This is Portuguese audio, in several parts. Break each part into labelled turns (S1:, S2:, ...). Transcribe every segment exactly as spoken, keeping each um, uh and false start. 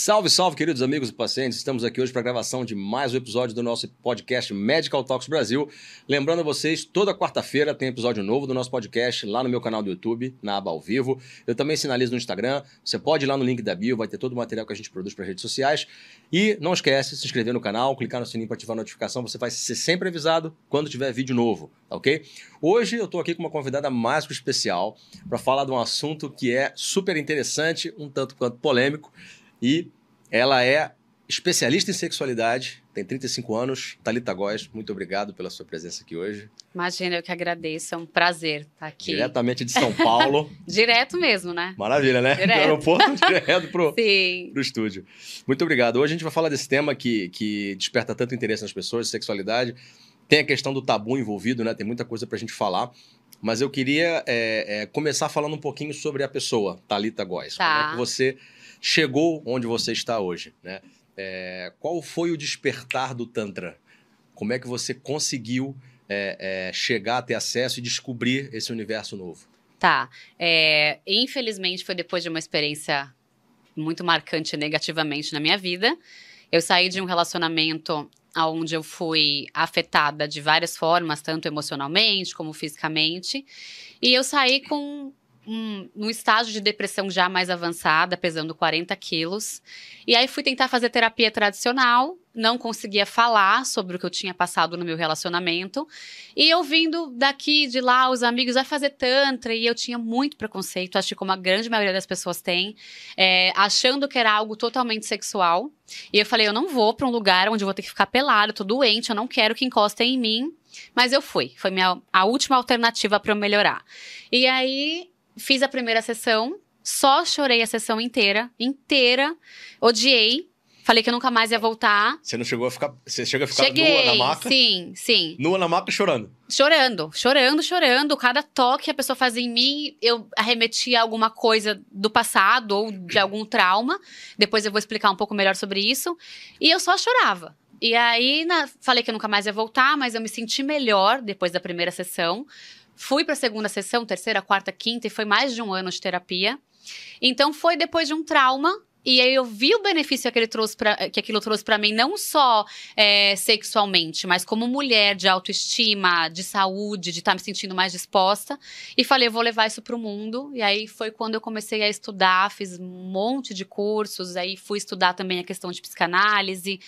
S1: Salve, salve, queridos amigos e pacientes. Estamos aqui hoje para a gravação de mais um episódio do nosso podcast Medical Talks Brasil. Lembrando a vocês, toda quarta-feira tem episódio novo do nosso podcast lá no meu canal do YouTube, na aba ao vivo. Eu também sinalizo no Instagram. Você pode ir lá no link da bio, vai ter todo o material que a gente produz para redes sociais. E não esquece de se inscrever no canal, clicar no sininho para ativar a notificação. Você vai ser sempre avisado quando tiver vídeo novo, tá ok? Hoje eu estou aqui com uma convidada mais que especial para falar de um assunto que é super interessante, um tanto quanto polêmico. E ela é especialista em sexualidade, tem trinta e cinco anos. Thalita Góes, muito obrigado pela sua presença aqui hoje.
S2: Imagina, eu que agradeço, é um prazer estar aqui.
S1: Diretamente de São Paulo.
S2: Direto mesmo, né?
S1: Maravilha, né?
S2: Direto.
S1: Do aeroporto, direto pro,
S2: Sim.
S1: pro estúdio. Muito obrigado. Hoje a gente vai falar desse tema que, que desperta tanto interesse nas pessoas, sexualidade. Tem a questão do tabu envolvido, né? Tem muita coisa pra gente falar. Mas eu queria é, é, começar falando um pouquinho sobre a pessoa, Thalita Góes.
S2: Tá.
S1: Como é que você chegou onde você está hoje, né? É, qual foi o despertar do Tantra? Como é que você conseguiu é, é, chegar a ter acesso e descobrir esse universo novo?
S2: Tá. É, infelizmente, foi depois de uma experiência muito marcante negativamente na minha vida. Eu saí de um relacionamento onde eu fui afetada de várias formas, tanto emocionalmente como fisicamente. E eu saí com um, um estágio de depressão já mais avançada, pesando quarenta quilos. E aí fui tentar fazer terapia tradicional, não conseguia falar sobre o que eu tinha passado no meu relacionamento. E ouvindo daqui, de lá, os amigos, vai fazer tantra. E eu tinha muito preconceito, acho que como a grande maioria das pessoas tem, é, achando que era algo totalmente sexual. E eu falei, eu não vou pra um lugar onde eu vou ter que ficar pelada, eu tô doente, eu não quero que encostem em mim. Mas eu fui, foi minha, a última alternativa pra eu melhorar. E aí, fiz a primeira sessão, só chorei a sessão inteira, inteira, odiei. Falei que eu nunca mais ia voltar.
S1: Você não chegou a ficar... Você chega a ficar
S2: Cheguei,
S1: nua na maca?
S2: sim, sim.
S1: Nua na maca chorando?
S2: Chorando, chorando, chorando. Cada toque que a pessoa fazia em mim, eu arremetia a alguma coisa do passado ou de algum trauma. Depois eu vou explicar um pouco melhor sobre isso. E eu só chorava. E aí, na, falei que eu nunca mais ia voltar, mas eu me senti melhor depois da primeira sessão. Fui para a segunda sessão, terceira, quarta, quinta, e foi mais de um ano de terapia. Então, foi depois de um trauma. E aí eu vi o benefício que, ele trouxe pra, que aquilo trouxe pra mim, não só é, sexualmente, mas como mulher, de autoestima, de saúde, de estar me sentindo mais disposta. E falei, eu vou levar isso pro mundo. E aí foi quando eu comecei a estudar, fiz um monte de cursos. Aí fui estudar também a questão de psicanálise,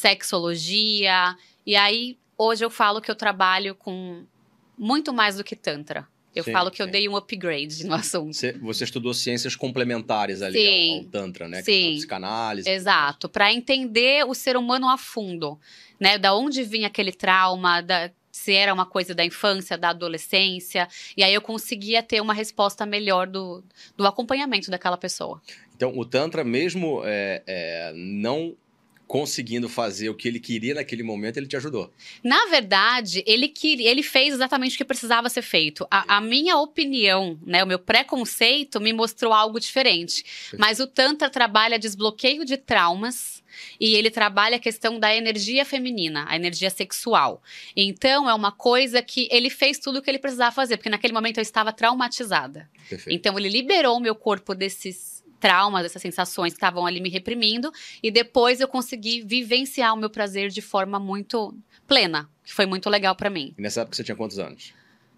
S2: sexologia. E aí hoje eu falo que eu trabalho com muito mais do que tantra. Eu
S1: Sim,
S2: falo que
S1: sim.
S2: eu dei um upgrade no assunto.
S1: Você, você estudou ciências complementares ali
S2: Sim,
S1: ao, ao Tantra, né?
S2: sim.
S1: A psicanálise.
S2: Exato, para entender o ser humano a fundo, né? Da onde vinha aquele trauma, da, se era uma coisa da infância, da adolescência. E aí eu conseguia ter uma resposta melhor do, do acompanhamento daquela pessoa.
S1: Então, o Tantra, mesmo é, é, não conseguindo fazer o que ele queria naquele momento, ele te ajudou.
S2: Na verdade, ele, queria, ele fez exatamente o que precisava ser feito. A, a minha opinião, né, o meu preconceito me mostrou algo diferente. Mas o Tantra trabalha desbloqueio de traumas e ele trabalha a questão da energia feminina, a energia sexual. Então, é uma coisa que ele fez tudo o que ele precisava fazer, porque naquele momento eu estava traumatizada.
S1: Perfeito.
S2: Então, ele liberou o meu corpo desses traumas, essas sensações que estavam ali me reprimindo, e depois eu consegui vivenciar o meu prazer de forma muito plena, que foi muito legal pra mim.
S1: E nessa época você tinha quantos anos?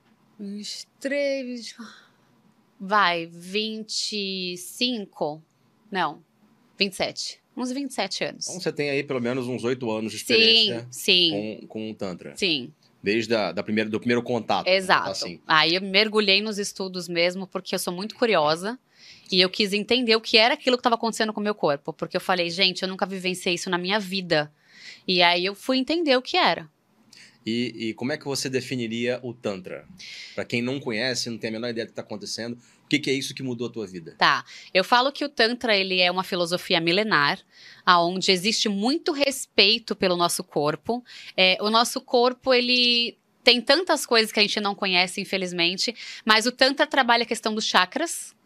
S2: Uns três... Vai, vinte e cinco? Não, vinte e sete. Uns vinte e sete anos.
S1: Então você tem aí pelo menos uns oito anos de experiência
S2: sim, sim.
S1: Com, com o Tantra.
S2: Sim.
S1: Desde a, da primeira, do primeiro contato.
S2: Exato.
S1: Assim.
S2: Aí eu mergulhei nos estudos mesmo, porque eu sou muito curiosa. E eu quis entender o que era aquilo que estava acontecendo com o meu corpo. Porque eu falei, gente, eu nunca vivenciei isso na minha vida. E aí eu fui entender o que era.
S1: E, e como é que você definiria o Tantra? Para quem não conhece, não tem a menor ideia do que está acontecendo, o que, que é isso que mudou a tua vida?
S2: Tá, eu falo que o Tantra ele é uma filosofia milenar, onde existe muito respeito pelo nosso corpo. É, o nosso corpo, ele tem tantas coisas que a gente não conhece, infelizmente, mas o Tantra trabalha a questão dos chakras,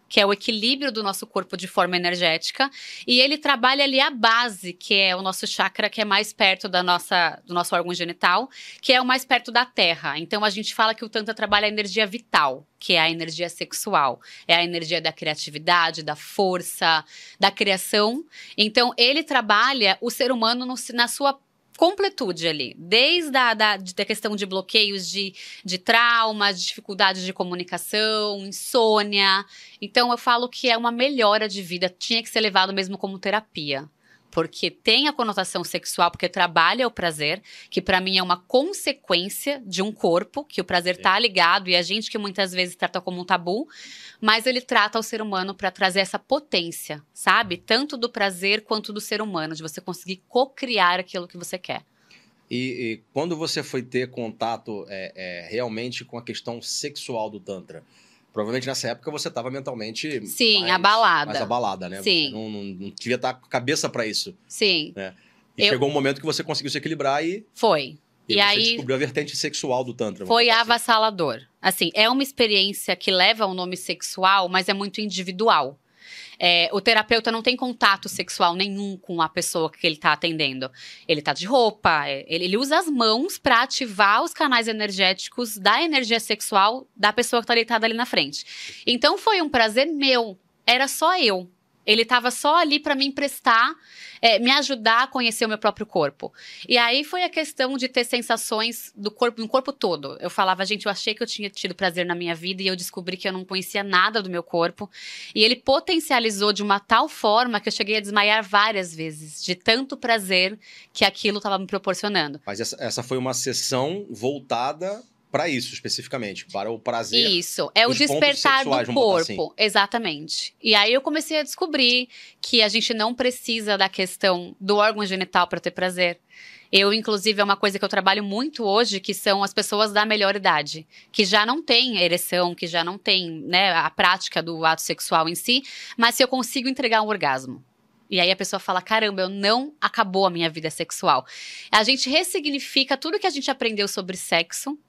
S2: que é o equilíbrio do nosso corpo de forma energética, e ele trabalha ali a base, que é o nosso chakra, que é mais perto da nossa, do nosso órgão genital, que é o mais perto da terra. Então, a gente fala que o Tantra trabalha a energia vital, que é a energia sexual, é a energia da criatividade, da força, da criação. Então, ele trabalha o ser humano no, na sua completude ali, desde a da, da questão de bloqueios de, de trauma, de dificuldades de comunicação, insônia. Então, eu falo que é uma melhora de vida, tinha que ser levado mesmo como terapia. Porque tem a conotação sexual, porque trabalha o prazer, que pra mim é uma consequência de um corpo, que o prazer Sim. tá ligado, e a gente que muitas vezes trata como um tabu, mas ele trata o ser humano pra trazer essa potência, sabe? Tanto do prazer quanto do ser humano, de você conseguir co-criar aquilo que você quer.
S1: E, e quando você foi ter contato é, é, realmente com a questão sexual do Tantra? Provavelmente nessa época você estava mentalmente
S2: Sim,
S1: mais,
S2: abalada.
S1: mais abalada, né?
S2: Sim.
S1: Você não, não, não devia estar com a cabeça para isso.
S2: Sim.
S1: Né? E
S2: Eu...
S1: chegou um momento que você conseguiu se equilibrar e...
S2: Foi.
S1: E,
S2: e
S1: você
S2: aí
S1: descobriu a vertente sexual do Tantra.
S2: Foi
S1: assim.
S2: avassalador. Assim, é uma experiência que leva ao nome sexual, mas é muito individual. É, o terapeuta não tem contato sexual nenhum com a pessoa que ele está atendendo. Ele está de roupa, ele, ele usa as mãos para ativar os canais energéticos da energia sexual da pessoa que está deitada ali na frente. Então foi um prazer meu, era só eu. Ele estava só ali para me emprestar, é, me ajudar a conhecer o meu próprio corpo. E aí foi a questão de ter sensações do corpo, no corpo todo. Eu falava, gente, eu achei que eu tinha tido prazer na minha vida e eu descobri que eu não conhecia nada do meu corpo. E ele potencializou de uma tal forma que eu cheguei a desmaiar várias vezes, de tanto prazer que aquilo estava me proporcionando.
S1: Mas essa, essa foi uma sessão voltada... para isso, especificamente, para o prazer.
S2: Isso, é o despertar
S1: sexuais,
S2: do corpo, assim. Exatamente. E aí eu comecei a descobrir que a gente não precisa da questão do órgão genital para ter prazer. Eu, inclusive, é uma coisa que eu trabalho muito hoje, que são as pessoas da melhor idade, que já não têm ereção, que já não têm, né, a prática do ato sexual em si, mas se eu consigo entregar um orgasmo. E aí a pessoa fala, caramba, eu não acabou a minha vida sexual. A gente ressignifica tudo que a gente aprendeu sobre sexo.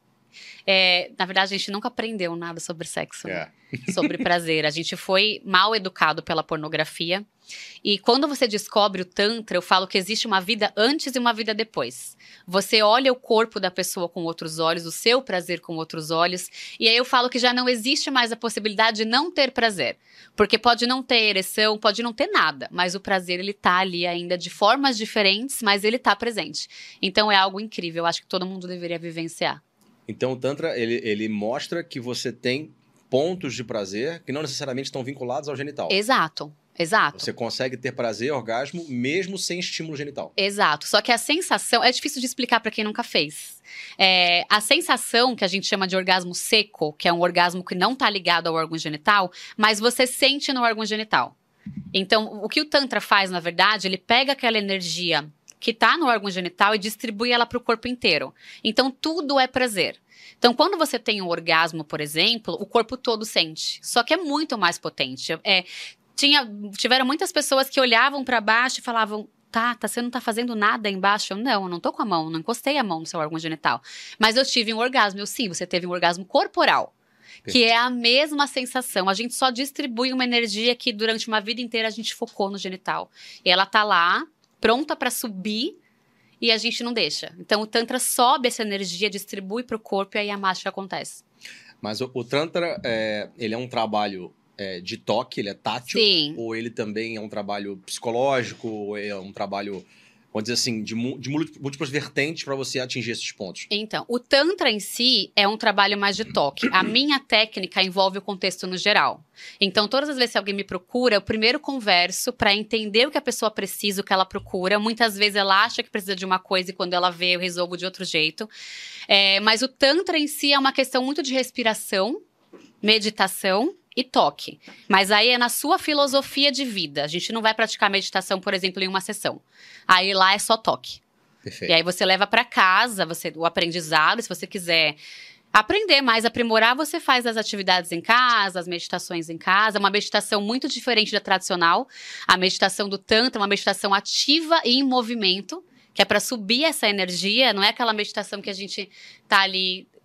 S2: É, na verdade, a gente nunca aprendeu nada sobre sexo, né? É. Sobre prazer. A gente foi mal educado pela pornografia. E quando você descobre o Tantra, eu falo que existe uma vida antes e uma vida depois. Você olha o corpo da pessoa com outros olhos, o seu prazer com outros olhos. E aí eu falo que já não existe mais a possibilidade de não ter prazer. Porque pode não ter ereção, pode não ter nada. Mas o prazer, ele tá ali ainda de formas diferentes, mas ele tá presente. Então é algo incrível. Eu acho que todo mundo deveria vivenciar.
S1: Então, o Tantra, ele, ele mostra que você tem pontos de prazer que não necessariamente estão vinculados ao genital.
S2: Exato, exato.
S1: Você consegue ter prazer, orgasmo, mesmo sem estímulo genital.
S2: Exato. Só que a sensação... É difícil de explicar para quem nunca fez. É, a sensação que a gente chama de orgasmo seco, que é um orgasmo que não está ligado ao órgão genital, mas você sente no órgão genital. Então, o que o Tantra faz, na verdade, ele pega aquela energia que está no órgão genital e distribui ela para o corpo inteiro. Então, tudo é prazer. Então, quando você tem um orgasmo, por exemplo, o corpo todo sente. Só que é muito mais potente. É, tinha, tiveram muitas pessoas que olhavam para baixo e falavam, tá, tá, você não tá fazendo nada embaixo? Eu, não, eu não tô com a mão, não encostei a mão no seu órgão genital. Mas eu tive um orgasmo. Eu, sim, você teve um orgasmo corporal. Que é a mesma sensação. A gente só distribui uma energia que durante uma vida inteira a gente focou no genital. E ela tá lá, pronta para subir, e a gente não deixa. Então, o Tantra sobe essa energia, distribui para o corpo, e aí a mágica acontece.
S1: Mas o, o Tantra, é, ele é um trabalho é, de toque, ele é tátil?
S2: Sim.
S1: Ou ele também é um trabalho psicológico, ou é um trabalho, vamos dizer assim, de, de múltiplas vertentes para você atingir esses pontos?
S2: Então, o Tantra em si é um trabalho mais de toque. A minha técnica envolve o contexto no geral. Então, todas as vezes que alguém me procura, eu primeiro converso para entender o que a pessoa precisa, o que ela procura. Muitas vezes ela acha que precisa de uma coisa e quando ela vê, eu resolvo de outro jeito. É, mas o Tantra em si é uma questão muito de respiração, meditação e toque. Mas aí é na sua filosofia de vida. A gente não vai praticar meditação, por exemplo, em uma sessão. Aí lá é só toque.
S1: Perfeito.
S2: E aí você leva para casa você, o aprendizado, se você quiser aprender mais, aprimorar, você faz as atividades em casa, as meditações em casa. É uma meditação muito diferente da tradicional. A meditação do Tantra é uma meditação ativa e em movimento, que é para subir essa energia. Não é aquela meditação que a gente tá ali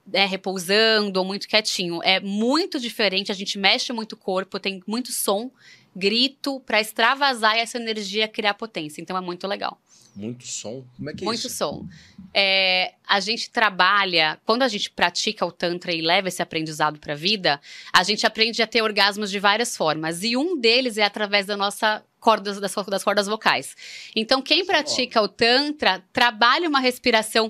S2: é, repousando ou muito quietinho. É muito diferente, a gente mexe muito o corpo, tem muito som, grito, para extravasar essa energia, criar potência. Então, é muito legal.
S1: Muito som? Como é que é
S2: Muito
S1: isso?
S2: som. É, a gente trabalha, quando a gente pratica o Tantra e leva esse aprendizado para a vida, a gente aprende a ter orgasmos de várias formas. E um deles é através da nossa cordas, das, das cordas vocais. Então, quem pratica o Tantra, trabalha uma respiração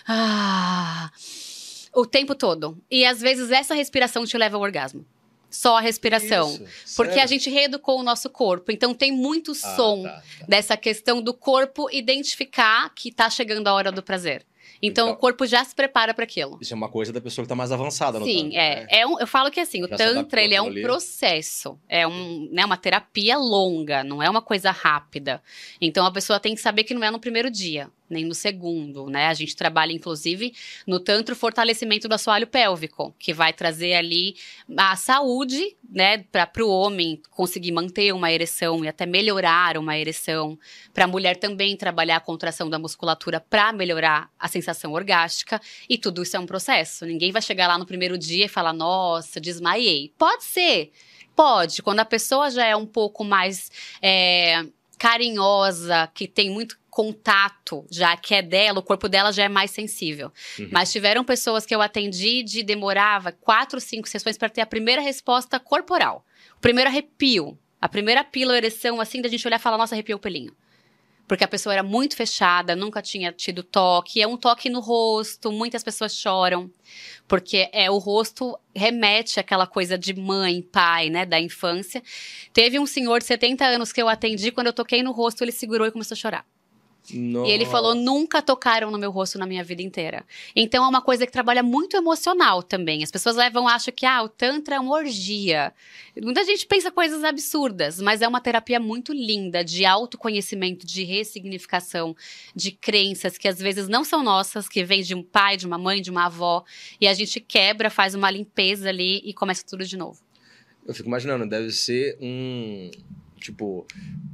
S2: ah, o tempo todo. E às vezes essa respiração te leva ao orgasmo. Só a respiração.
S1: Isso?
S2: Porque
S1: Sério?
S2: a gente reeducou o nosso corpo. Então, tem muito
S1: Ah,
S2: som
S1: tá, tá.
S2: dessa questão do corpo identificar que tá chegando a hora do prazer. Então,
S1: Então,
S2: o corpo já se prepara para aquilo.
S1: Isso é uma coisa da pessoa que tá mais avançada no
S2: Sim,
S1: Tantra,
S2: é,
S1: né?
S2: é um, eu falo que assim, o
S1: Já se adaptou
S2: Tantra, ele é um
S1: àquilo ali.
S2: processo, é um, né, uma terapia longa, não é uma coisa rápida. Então, a pessoa tem que saber que não é no primeiro dia, nem no segundo, né? A gente trabalha, inclusive, no Tantra, o fortalecimento do assoalho pélvico, que vai trazer ali a saúde, né, para o homem conseguir manter uma ereção e até melhorar uma ereção, para a mulher também trabalhar a contração da musculatura para melhorar a sensação orgástica, e tudo isso é um processo. Ninguém vai chegar lá no primeiro dia e falar, nossa, desmaiei. Pode ser, pode. Quando a pessoa já é um pouco mais é, carinhosa, que tem muito contato, já que é dela, o corpo dela já é mais sensível.
S1: Uhum.
S2: Mas tiveram pessoas que eu atendi de demorava quatro, cinco sessões para ter a primeira resposta corporal. O primeiro arrepio, a primeira pílula, ereção, assim, da gente olhar e falar, nossa, arrepiou o pelinho. Porque a pessoa era muito fechada, nunca tinha tido toque. É um toque no rosto, muitas pessoas choram. Porque é, o rosto remete àquela coisa de mãe, pai, né, da infância. Teve um senhor de setenta anos que eu atendi, quando eu toquei no rosto, ele segurou e começou a chorar.
S1: Nossa.
S2: E ele falou, nunca tocaram no meu rosto na minha vida inteira. Então, é uma coisa que trabalha muito emocional também. As pessoas levam, acham que, ah, o Tantra é uma orgia. Muita gente pensa coisas absurdas, mas é uma terapia muito linda de autoconhecimento, de ressignificação, de crenças que às vezes não são nossas, que vêm de um pai, de uma mãe, de uma avó. E a gente quebra, faz uma limpeza ali e começa tudo de novo.
S1: Eu fico imaginando, deve ser um, tipo,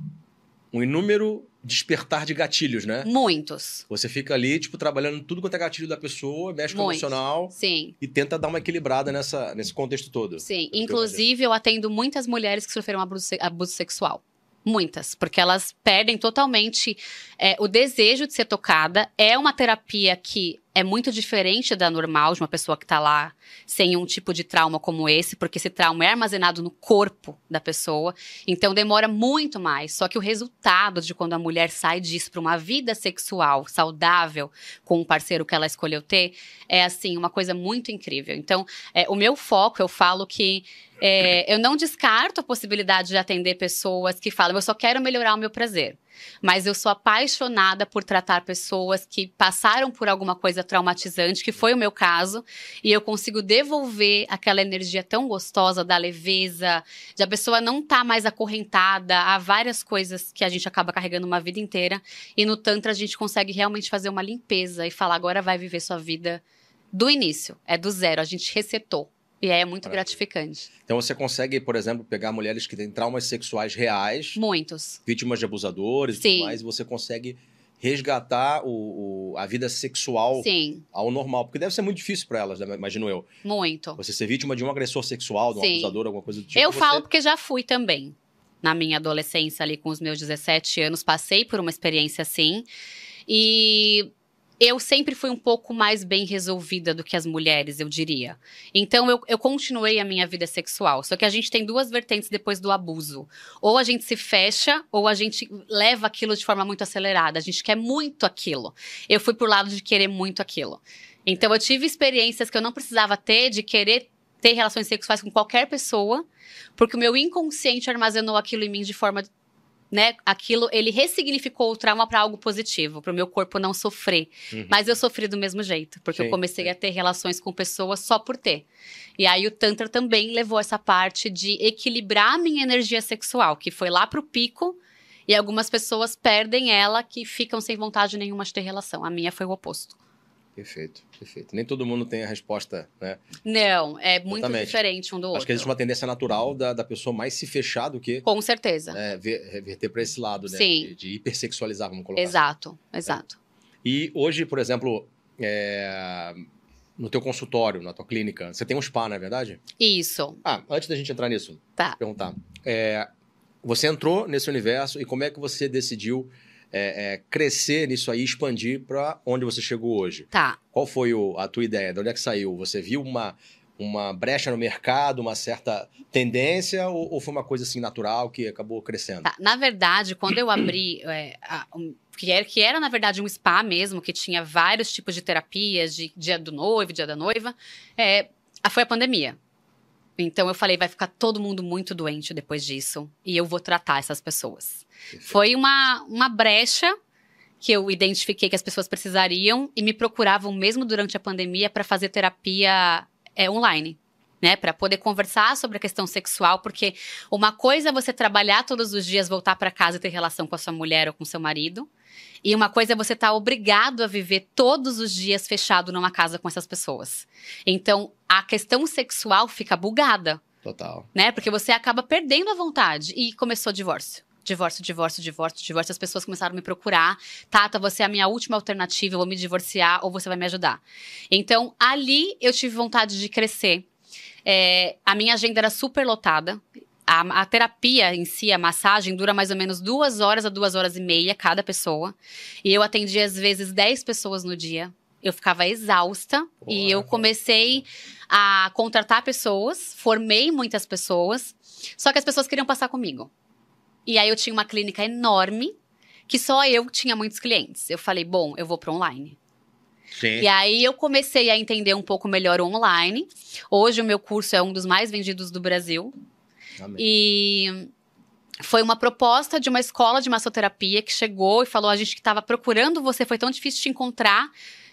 S1: um inúmero despertar de gatilhos, né?
S2: Muitos.
S1: Você fica ali, tipo, trabalhando tudo quanto é gatilho da pessoa, mexe com o
S2: Muitos.
S1: emocional
S2: Sim.
S1: e tenta dar uma equilibrada nessa, nesse contexto todo.
S2: Sim,
S1: Pelo que eu
S2: inclusive eu atendo muitas mulheres que sofreram abuso, se- abuso sexual. Muitas, porque elas perdem totalmente é, o desejo de ser tocada. É uma terapia que é muito diferente da normal, de uma pessoa que está lá sem um tipo de trauma como esse, porque esse trauma é armazenado no corpo da pessoa, então demora muito mais. Só que o resultado de quando a mulher sai disso para uma vida sexual saudável com um parceiro que ela escolheu ter, é assim, uma coisa muito incrível. Então, é, o meu foco, eu falo que é, eu não descarto a possibilidade de atender pessoas que falam, eu só quero melhorar o meu prazer. Mas eu sou apaixonada por tratar pessoas que passaram por alguma coisa traumatizante, que foi o meu caso, e eu consigo devolver aquela energia tão gostosa da leveza, de a pessoa não estar tá mais acorrentada a várias coisas que a gente acaba carregando uma vida inteira. E no Tantra a gente consegue realmente fazer uma limpeza e falar, agora vai viver sua vida do início, é do zero, a gente resetou. E aí é muito
S1: Maravilha.
S2: gratificante.
S1: Então você consegue, por exemplo, pegar mulheres que têm traumas sexuais reais,
S2: Muitos.
S1: vítimas de abusadores e
S2: Sim.
S1: tudo mais, e você consegue resgatar o, o- a vida sexual
S2: Sim,
S1: ao normal. Porque deve ser muito difícil para elas, né? Imagino eu.
S2: muito.
S1: Você ser vítima de um agressor sexual, de um
S2: Sim.
S1: abusador, alguma coisa do tipo.
S2: Eu
S1: você...
S2: falo porque já fui também. Na minha adolescência, ali com os meus dezessete anos, passei por uma experiência assim. E eu sempre fui um pouco mais bem resolvida do que as mulheres, eu diria. Então, eu, eu continuei a minha vida sexual. Só que a gente tem duas vertentes depois do abuso. Ou a gente se fecha, ou a gente leva aquilo de forma muito acelerada. A gente quer muito aquilo. Eu fui pro lado de querer muito aquilo. Então, eu tive experiências que eu não precisava ter, de querer ter relações sexuais com qualquer pessoa, porque o meu inconsciente armazenou aquilo em mim de forma, né, aquilo, ele ressignificou o trauma para algo positivo, para o meu corpo não sofrer.
S1: Uhum.
S2: Mas eu sofri do mesmo jeito, porque
S1: Sim,
S2: eu comecei
S1: sim.
S2: a ter relações com pessoas só por ter. E aí o Tantra também levou essa parte de equilibrar a minha energia sexual, que foi lá pro pico, e algumas pessoas perdem ela, que ficam sem vontade nenhuma de ter relação. A minha foi o oposto.
S1: Perfeito, perfeito. Nem todo mundo tem a resposta, né?
S2: Não, é muito
S1: Exatamente.
S2: diferente um do outro.
S1: Acho que existe uma tendência natural da, da pessoa mais se fechar do que
S2: Com certeza.
S1: né, ver- reverter para esse lado, né?
S2: Sim.
S1: De, de hipersexualizar, vamos colocar.
S2: Exato, exato.
S1: E hoje, por exemplo, é, no teu consultório, na tua clínica, você tem um spa, não é verdade?
S2: Isso.
S1: Ah, antes da gente entrar nisso,
S2: Tá.
S1: vou perguntar. É, você entrou nesse universo e como é que você decidiu é, é, crescer nisso aí, expandir para onde você chegou hoje?
S2: Tá.
S1: Qual foi o, a tua ideia? De onde é que saiu? Você viu uma, uma brecha no mercado, uma certa tendência ou, ou foi uma coisa assim natural que acabou crescendo?
S2: Tá. Na verdade, quando eu abri, é, a, um, que, era, que era na verdade um spa mesmo, que tinha vários tipos de terapias, de dia do noivo, dia da noiva, é, foi a pandemia. Então eu falei, vai ficar todo mundo muito doente depois disso e eu vou tratar essas pessoas. Perfeito. Foi uma, uma brecha que eu identifiquei que as pessoas precisariam e me procuravam mesmo durante a pandemia para fazer terapia é, online, né? Para poder conversar sobre a questão sexual, porque uma coisa é você trabalhar todos os dias, voltar para casa e ter relação com a sua mulher ou com seu marido. E uma coisa é você estar obrigado a viver todos os dias fechado numa casa com essas pessoas. Então, a questão sexual fica bugada.
S1: Total.
S2: Né? Porque você acaba perdendo a vontade. E começou o divórcio. Divórcio, divórcio, divórcio, divórcio. As pessoas começaram a me procurar. Tata, você é a minha última alternativa, eu vou me divorciar ou você vai me ajudar. Então, ali eu tive vontade de crescer. É, a minha agenda era super lotada. A, a terapia em si, a massagem, dura mais ou menos duas horas a duas horas e meia cada pessoa. E eu atendia, às vezes, dez pessoas no dia. Eu ficava exausta. Porra. E eu comecei a contratar pessoas, formei muitas pessoas. Só que as pessoas queriam passar comigo. E aí eu tinha uma clínica enorme, que só eu tinha muitos clientes. Eu falei, bom, eu vou para online. Sim. E aí eu comecei a entender um pouco melhor o online. Hoje o meu curso é um dos mais vendidos do Brasil. Amém. E foi uma proposta de uma escola de massoterapia que chegou e falou, a gente que estava procurando você, foi tão difícil te encontrar.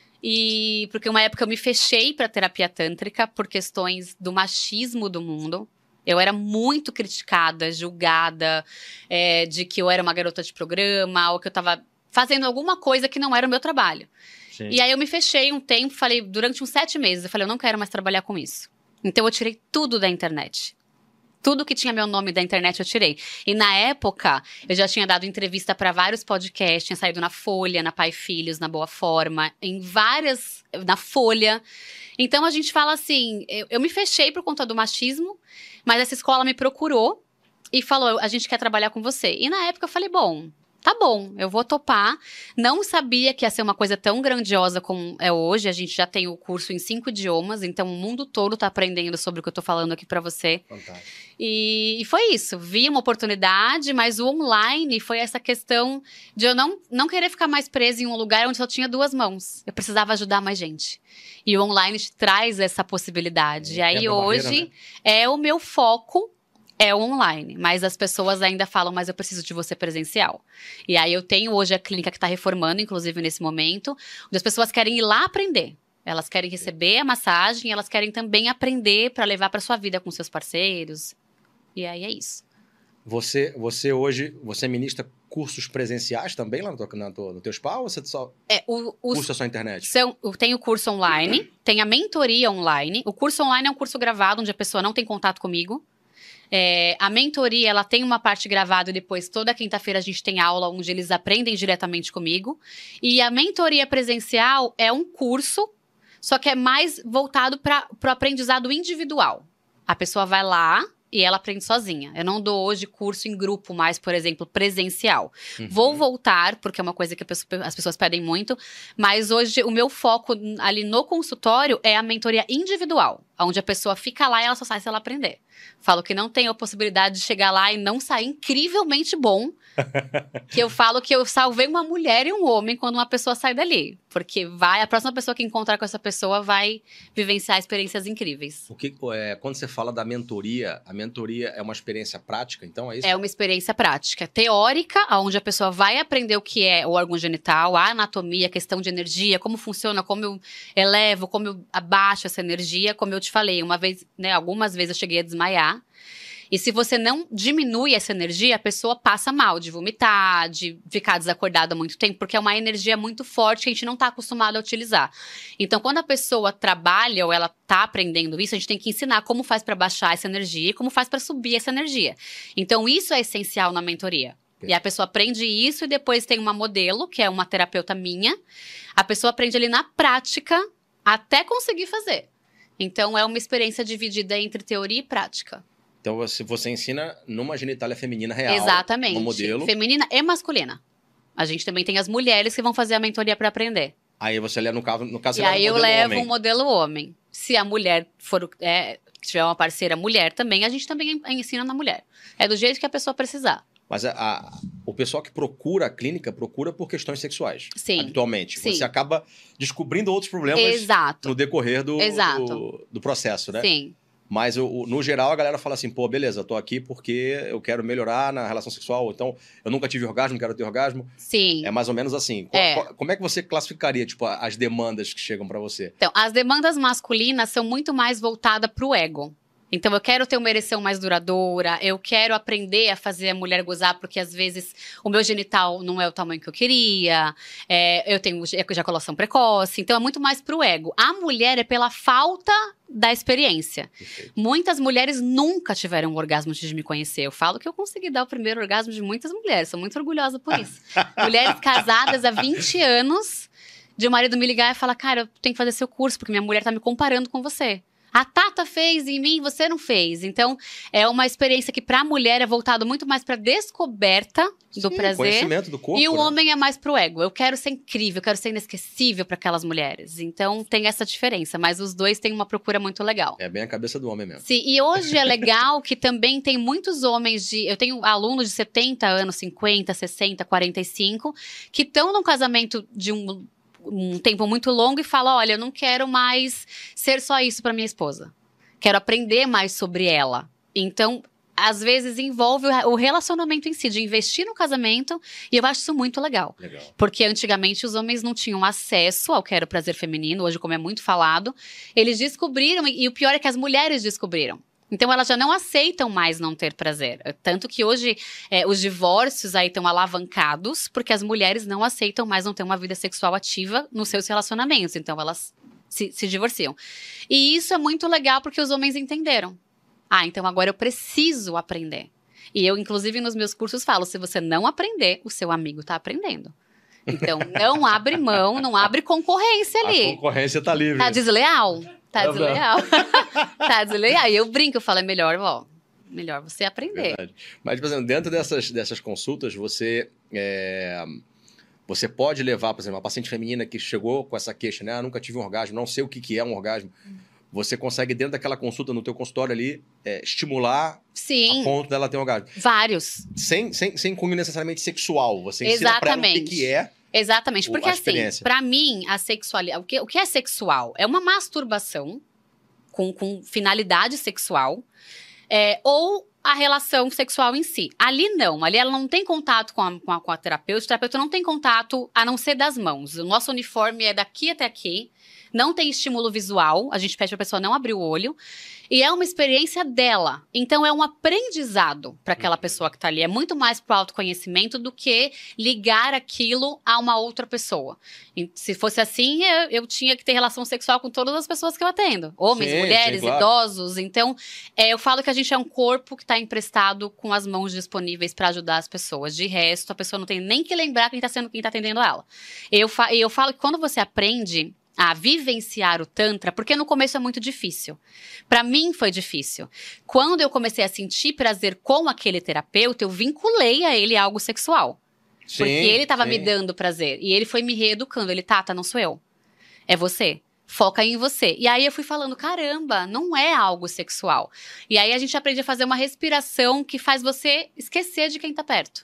S2: E porque uma época eu me fechei para terapia tântrica por questões do machismo do mundo. Eu era muito criticada, julgada, é, de que eu era uma garota de programa ou que eu estava fazendo alguma coisa que não era o meu trabalho. Sim. E aí eu me fechei um tempo, falei, durante uns sete meses, eu falei, eu não quero mais trabalhar com isso. Então eu tirei tudo da internet. Tudo que tinha meu nome da internet eu tirei. E na época, eu já tinha dado entrevista para vários podcasts, tinha saído na Folha, na Pai e Filhos, na Boa Forma, em várias, na Folha. Então a gente fala assim, eu, eu me fechei por conta do machismo, mas essa escola me procurou e falou, a gente quer trabalhar com você. E na época eu falei, bom, tá bom, eu vou topar. Não sabia que ia ser uma coisa tão grandiosa como é hoje. A gente já tem o curso em cinco idiomas, então o mundo todo tá aprendendo sobre o que eu tô falando aqui pra você. Fantástico. E, e foi isso. Vi uma oportunidade, mas o online foi essa questão de eu não, não querer ficar mais presa em um lugar onde só tinha duas mãos. Eu precisava ajudar mais gente. E o online te traz essa possibilidade. É, e aí hoje barreira, né? É o meu foco. É online, mas as pessoas ainda falam, mas eu preciso de você presencial. E aí eu tenho hoje a clínica que está reformando, inclusive nesse momento, onde as pessoas querem ir lá aprender. Elas querem receber a massagem, elas querem também aprender para levar para sua vida com seus parceiros. E aí é isso.
S1: Você, você hoje, você ministra cursos presenciais também lá no teu, na tua, no teu spa ou você só
S2: é, o, os,
S1: cursa só a internet?
S2: São, tem o curso online, tem a mentoria online. O curso online é um curso gravado, onde a pessoa não tem contato comigo. É, a mentoria, ela tem uma parte gravada e depois toda quinta-feira a gente tem aula onde eles aprendem diretamente comigo. E a mentoria presencial é um curso, só que é mais voltado para o aprendizado individual. A pessoa vai lá e ela aprende sozinha. Eu não dou hoje curso em grupo mais, por exemplo, presencial. Uhum. Vou voltar, porque é uma coisa que a pessoa, as pessoas pedem muito, mas hoje o meu foco ali no consultório é a mentoria individual, onde a pessoa fica lá e ela só sai se ela aprender. Falo que não tem a possibilidade de chegar lá e não sair incrivelmente bom. Que eu falo que eu salvei uma mulher e um homem quando uma pessoa sai dali. Porque vai, a próxima pessoa que encontrar com essa pessoa vai vivenciar experiências incríveis.
S1: O que, é, quando você fala da mentoria, a mentoria é uma experiência prática, então é isso?
S2: É uma experiência prática. Teórica, onde a pessoa vai aprender o que é o órgão genital, a anatomia, a questão de energia, como funciona, como eu elevo, como eu abaixo essa energia. Como eu te falei, uma vez, né, algumas vezes eu cheguei a desmaiar. E se você não diminui essa energia, a pessoa passa mal, de vomitar, de ficar desacordada há muito tempo, porque é uma energia muito forte que a gente não está acostumado a utilizar. Então, quando a pessoa trabalha ou ela está aprendendo isso, a gente tem que ensinar como faz para baixar essa energia e como faz para subir essa energia. Então, isso é essencial na mentoria. E a pessoa aprende isso e depois tem uma modelo, que é uma terapeuta minha. A pessoa aprende ali na prática até conseguir fazer. Então, é uma experiência dividida entre teoria e prática.
S1: Então, você, você ensina numa genitália feminina real.
S2: Exatamente.
S1: Um modelo.
S2: Feminina e masculina. A gente também tem as mulheres que vão fazer a mentoria para aprender.
S1: Aí você leva, no caso, no caso
S2: e
S1: você
S2: aí
S1: leva
S2: eu levo
S1: homem.
S2: um modelo homem. Se a mulher for, é, tiver uma parceira mulher também, a gente também ensina na mulher. É do jeito que a pessoa precisar.
S1: Mas a, a, o pessoal que procura a clínica procura por questões sexuais.
S2: Sim.
S1: Habitualmente.
S2: Sim.
S1: Você acaba descobrindo outros problemas
S2: Exato.
S1: no decorrer do,
S2: Exato.
S1: do, do processo, né?
S2: Sim.
S1: Mas, eu, no geral, a galera fala assim, pô, beleza, tô aqui porque eu quero melhorar na relação sexual, então eu nunca tive orgasmo, quero ter orgasmo.
S2: Sim.
S1: É mais ou menos assim.
S2: É.
S1: Qual, como é que você classificaria, tipo, as demandas que chegam pra você?
S2: Então, as demandas masculinas são muito mais voltadas pro ego. Então, eu quero ter uma ereção mais duradoura, eu quero aprender a fazer a mulher gozar, porque às vezes o meu genital não é o tamanho que eu queria, é, eu tenho ejaculação precoce, então é muito mais pro ego. A mulher é pela falta da experiência.
S1: Perfeito.
S2: Muitas mulheres nunca tiveram um orgasmo antes de me conhecer. Eu falo que eu consegui dar o primeiro orgasmo de muitas mulheres, sou muito orgulhosa por isso. Mulheres casadas há vinte anos, de o marido me ligar e falar, cara, eu tenho que fazer seu curso, porque minha mulher tá me comparando com você. A Tata fez em mim, você não fez. Então, é uma experiência que para a mulher é voltado muito mais para descoberta do
S1: Sim,
S2: prazer.
S1: Conhecimento do corpo.
S2: E o
S1: né?
S2: homem é mais pro ego. Eu quero ser incrível, eu quero ser inesquecível para aquelas mulheres. Então, tem essa diferença. Mas os dois têm uma procura muito legal.
S1: É bem a cabeça do homem mesmo.
S2: Sim, e hoje é legal que também tem muitos homens de... Eu tenho alunos de setenta anos, cinquenta, sessenta, quarenta e cinco, que estão num casamento de um... um tempo muito longo e fala, olha, eu não quero mais ser só isso para minha esposa. Quero aprender mais sobre ela. Então, às vezes, envolve o relacionamento em si, de investir no casamento, e eu acho isso muito legal.
S1: Legal.
S2: Porque antigamente os homens não tinham acesso ao que era o prazer feminino, hoje, como é muito falado, eles descobriram, e o pior é que as mulheres descobriram. Então, elas já não aceitam mais não ter prazer. Tanto que hoje, é, os divórcios aí estão alavancados, porque as mulheres não aceitam mais não ter uma vida sexual ativa nos seus relacionamentos. Então, elas se, se divorciam. E isso é muito legal, porque os homens entenderam. Ah, então agora eu preciso aprender. E eu, inclusive, nos meus cursos falo, se você não aprender, o seu amigo está aprendendo. Então, não abre mão, não abre concorrência ali.
S1: A concorrência tá livre.
S2: Tá desleal? Tá
S1: Tá
S2: desleal. Tá desleal. E eu brinco, eu falo, é melhor, ó, melhor você aprender.
S1: Verdade. Mas, por exemplo, dentro dessas, dessas consultas, você, é, você pode levar, por exemplo, uma paciente feminina que chegou com essa queixa, né? Ah, nunca tive um orgasmo, não sei o que, que é um orgasmo. Hum. Você consegue, dentro daquela consulta, no teu consultório ali, é, estimular
S2: Sim.
S1: a ponto dela ter um orgasmo.
S2: Vários.
S1: Sem, sem, sem cunho necessariamente sexual. Você ensina pra ela o que, que é.
S2: Exatamente, porque
S1: a
S2: assim,
S1: experiência.
S2: pra mim, a sexualidade, o que, o que é sexual? É uma masturbação com, com finalidade sexual, é, ou a relação sexual em si. Ali não, ali ela não tem contato com a, com a, com a terapeuta, o terapeuta não tem contato a não ser das mãos. O nosso uniforme é daqui até aqui, não tem estímulo visual, a gente pede pra pessoa não abrir o olho, e é uma experiência dela. Então, é um aprendizado para aquela pessoa que tá ali. É muito mais pro autoconhecimento do que ligar aquilo a uma outra pessoa. E se fosse assim, eu, eu tinha que ter relação sexual com todas as pessoas que eu atendo. Homens,
S1: Sim,
S2: mulheres,
S1: sim, claro.
S2: idosos. Então, é, eu falo que a gente é um corpo que está emprestado com as mãos disponíveis para ajudar as pessoas. De resto, a pessoa não tem nem que lembrar quem está sendo quem tá atendendo ela. Eu, fa eu falo que quando você aprende a vivenciar o Tantra, porque no começo é muito difícil. Para mim foi difícil. Quando eu comecei a sentir prazer com aquele terapeuta, eu vinculei a ele algo sexual.
S1: Sim,
S2: porque ele estava
S1: sim.
S2: me dando prazer. E ele foi me reeducando. Ele, Tata, não sou eu. É você. Foca em você. E aí eu fui falando, caramba, não é algo sexual. E aí a gente aprende a fazer uma respiração que faz você esquecer de quem tá perto.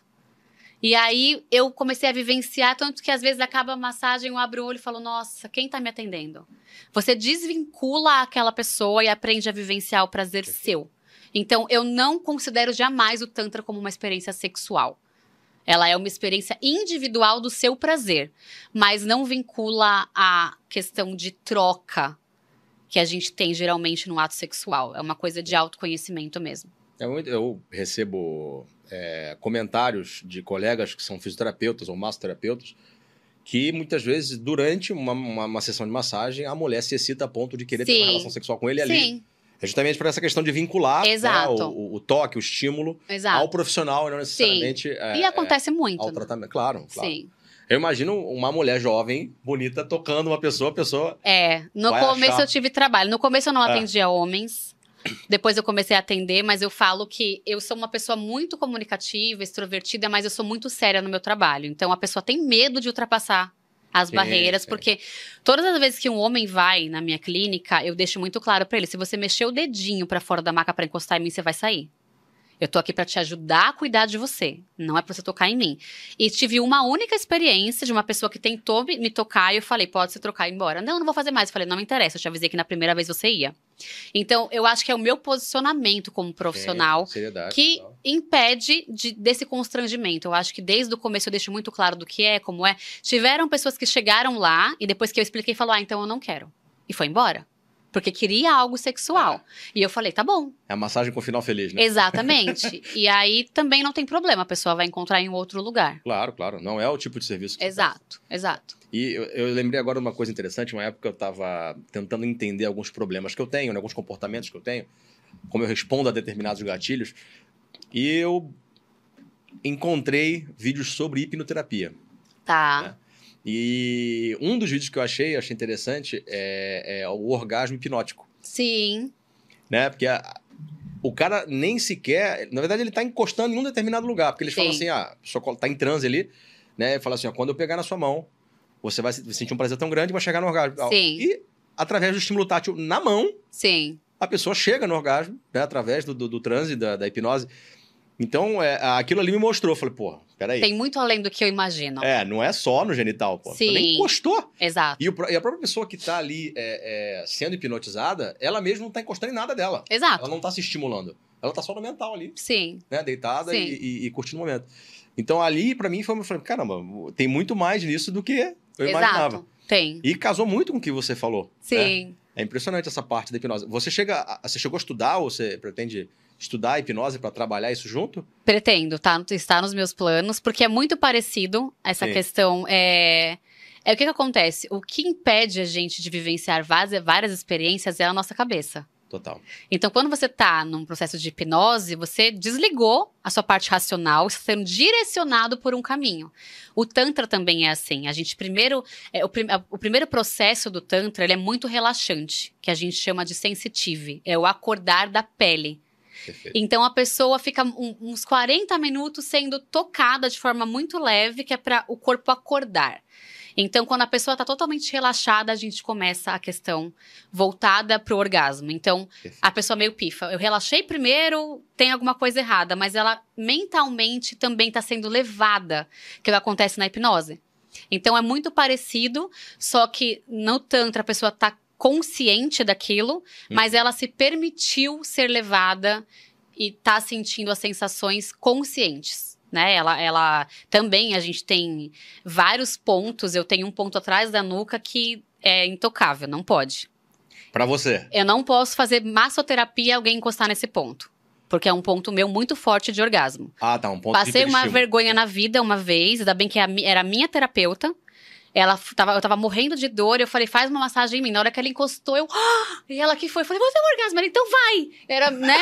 S2: E aí, eu comecei a vivenciar, tanto que às vezes acaba a massagem, eu abro o olho e falo, nossa, quem tá me atendendo? Você desvincula aquela pessoa e aprende a vivenciar o prazer seu. Então, eu não considero jamais o Tantra como uma experiência sexual. Ela é uma experiência individual do seu prazer, mas não vincula a questão de troca que a gente tem geralmente no ato sexual. É uma coisa de autoconhecimento mesmo.
S1: Eu, eu recebo é, comentários de colegas que são fisioterapeutas ou massoterapeutas que muitas vezes, durante uma, uma, uma sessão de massagem, a mulher se excita a ponto de querer
S2: Sim.
S1: ter uma relação sexual com ele ali.
S2: Sim.
S1: É justamente por essa questão de vincular, né,
S2: Exato.
S1: o, o toque, o estímulo
S2: Exato.
S1: ao profissional e não necessariamente
S2: Sim.
S1: é,
S2: E acontece
S1: é,
S2: muito.
S1: ao
S2: né?
S1: tratamento. Claro, claro.
S2: Sim.
S1: Eu imagino uma mulher jovem, bonita, tocando uma pessoa, a pessoa...
S2: É, no
S1: vai
S2: começo
S1: achar-
S2: eu tive trabalho. No começo eu não
S1: É.
S2: atendia homens. Depois eu comecei a atender, mas eu falo que eu sou uma pessoa muito comunicativa, extrovertida, mas eu sou muito séria no meu trabalho. Então a pessoa tem medo de ultrapassar as
S1: Sim,
S2: barreiras,
S1: sim.
S2: porque todas as vezes que um homem vai na minha clínica, eu deixo muito claro pra ele: se você mexer o dedinho pra fora da maca pra encostar em mim, você vai sair. Eu tô aqui pra te ajudar a cuidar de você, não é pra você tocar em mim. E tive uma única experiência de uma pessoa que tentou me me tocar e eu falei: pode se trocar e ir embora. Não, não vou fazer mais. Eu falei: não me interessa, eu te avisei que na primeira vez você ia. Então, eu acho que é o meu posicionamento como profissional
S1: Sim, seriedade,
S2: que
S1: tal.
S2: impede de- desse constrangimento. Eu acho que desde o começo eu deixo muito claro do que é, como é. Tiveram pessoas que chegaram lá e depois que eu expliquei, falou: ah, então eu não quero. E foi embora. Porque queria algo sexual. E eu falei: tá bom.
S1: É a massagem com final feliz, né?
S2: Exatamente. E aí também não tem problema, a pessoa vai encontrar em outro lugar.
S1: Claro, claro. Não é o tipo de serviço que você presta.
S2: Exato, exato.
S1: E eu, eu lembrei agora de uma coisa interessante. Uma época eu estava tentando entender alguns problemas que eu tenho, né, alguns comportamentos que eu tenho, como eu respondo a determinados gatilhos. E eu encontrei vídeos sobre hipnoterapia.
S2: Tá.
S1: É. E um dos vídeos que eu achei, eu achei interessante, é, é o orgasmo hipnótico.
S2: Sim,
S1: Né? Porque a- o cara nem sequer... Na verdade, ele tá encostando em um determinado lugar. Porque eles falam
S2: Sim.
S1: assim, ah, a pessoa tá em transe ali, né? E fala assim, ó, quando eu pegar na sua mão, você vai se- sentir um prazer tão grande que vai chegar no orgasmo.
S2: Sim.
S1: E, através do estímulo tátil na mão,
S2: sim.
S1: a pessoa chega no orgasmo, né? Através do, do, do transe, da, da hipnose. Então, é, aquilo ali me mostrou. Eu falei, pô, peraí.
S2: Tem muito além do que eu imagino.
S1: É, não é só no genital, pô. Você
S2: Sim.
S1: nem encostou.
S2: Exato.
S1: E, o, pró- e a própria pessoa que tá ali é, é, sendo hipnotizada, ela mesma não tá encostando em nada dela.
S2: Exato.
S1: Ela não tá se estimulando. Ela tá só no mental ali,
S2: Sim.
S1: né? Deitada
S2: Sim.
S1: e, e- e curtindo o momento. Então, ali, pra mim, foi... Eu falei, caramba, tem muito mais nisso do que eu imaginava.
S2: Exato. Tem.
S1: E casou muito com o que você falou. Né?
S2: Sim.
S1: É impressionante essa parte da hipnose. Você, chega a- você chegou a estudar ou você pretende estudar a hipnose pra trabalhar isso junto?
S2: Pretendo, tá? Está nos meus planos, porque é muito parecido essa
S1: Sim.
S2: questão. É... é o que, que acontece? O que impede a gente de vivenciar várias, várias experiências é a nossa cabeça.
S1: Total.
S2: Então, quando você tá num processo de hipnose, você desligou a sua parte racional, está sendo direcionado por um caminho. O Tantra também é assim. A gente primeiro. É, o, prim- o primeiro processo do Tantra ele é muito relaxante, que a gente chama de sensitive. É o acordar da pele.
S1: Perfeito.
S2: Então a pessoa fica um- uns quarenta minutos sendo tocada de forma muito leve, que é para o corpo acordar. Então, quando a pessoa está totalmente relaxada, a gente começa a questão voltada para o orgasmo. Então,
S1: Perfeito.
S2: a pessoa meio pifa. Eu relaxei primeiro, tem alguma coisa errada, mas ela mentalmente também está sendo levada, que é o que acontece na hipnose. Então, é muito parecido, só que no Tantra a pessoa está consciente daquilo, mas
S1: Uhum.
S2: ela se permitiu ser levada e tá sentindo as sensações conscientes. Né? Ela, ela também, a gente tem vários pontos. Eu tenho um ponto atrás da nuca que é intocável, não pode.
S1: Pra você.
S2: Eu não posso fazer massoterapia e alguém encostar nesse ponto. Porque é um ponto meu muito forte de orgasmo.
S1: Ah, tá. Um ponto
S2: Passei
S1: de
S2: uma
S1: hiperestímulo.
S2: vergonha na vida uma vez, ainda bem que a mi- era a minha terapeuta. Ela f- tava, eu tava morrendo de dor, eu falei, faz uma massagem em mim. Na hora que ela encostou, eu. "Ah!" E ela que foi, eu falei, você é um orgasmo? Ela, então vai! Era, né?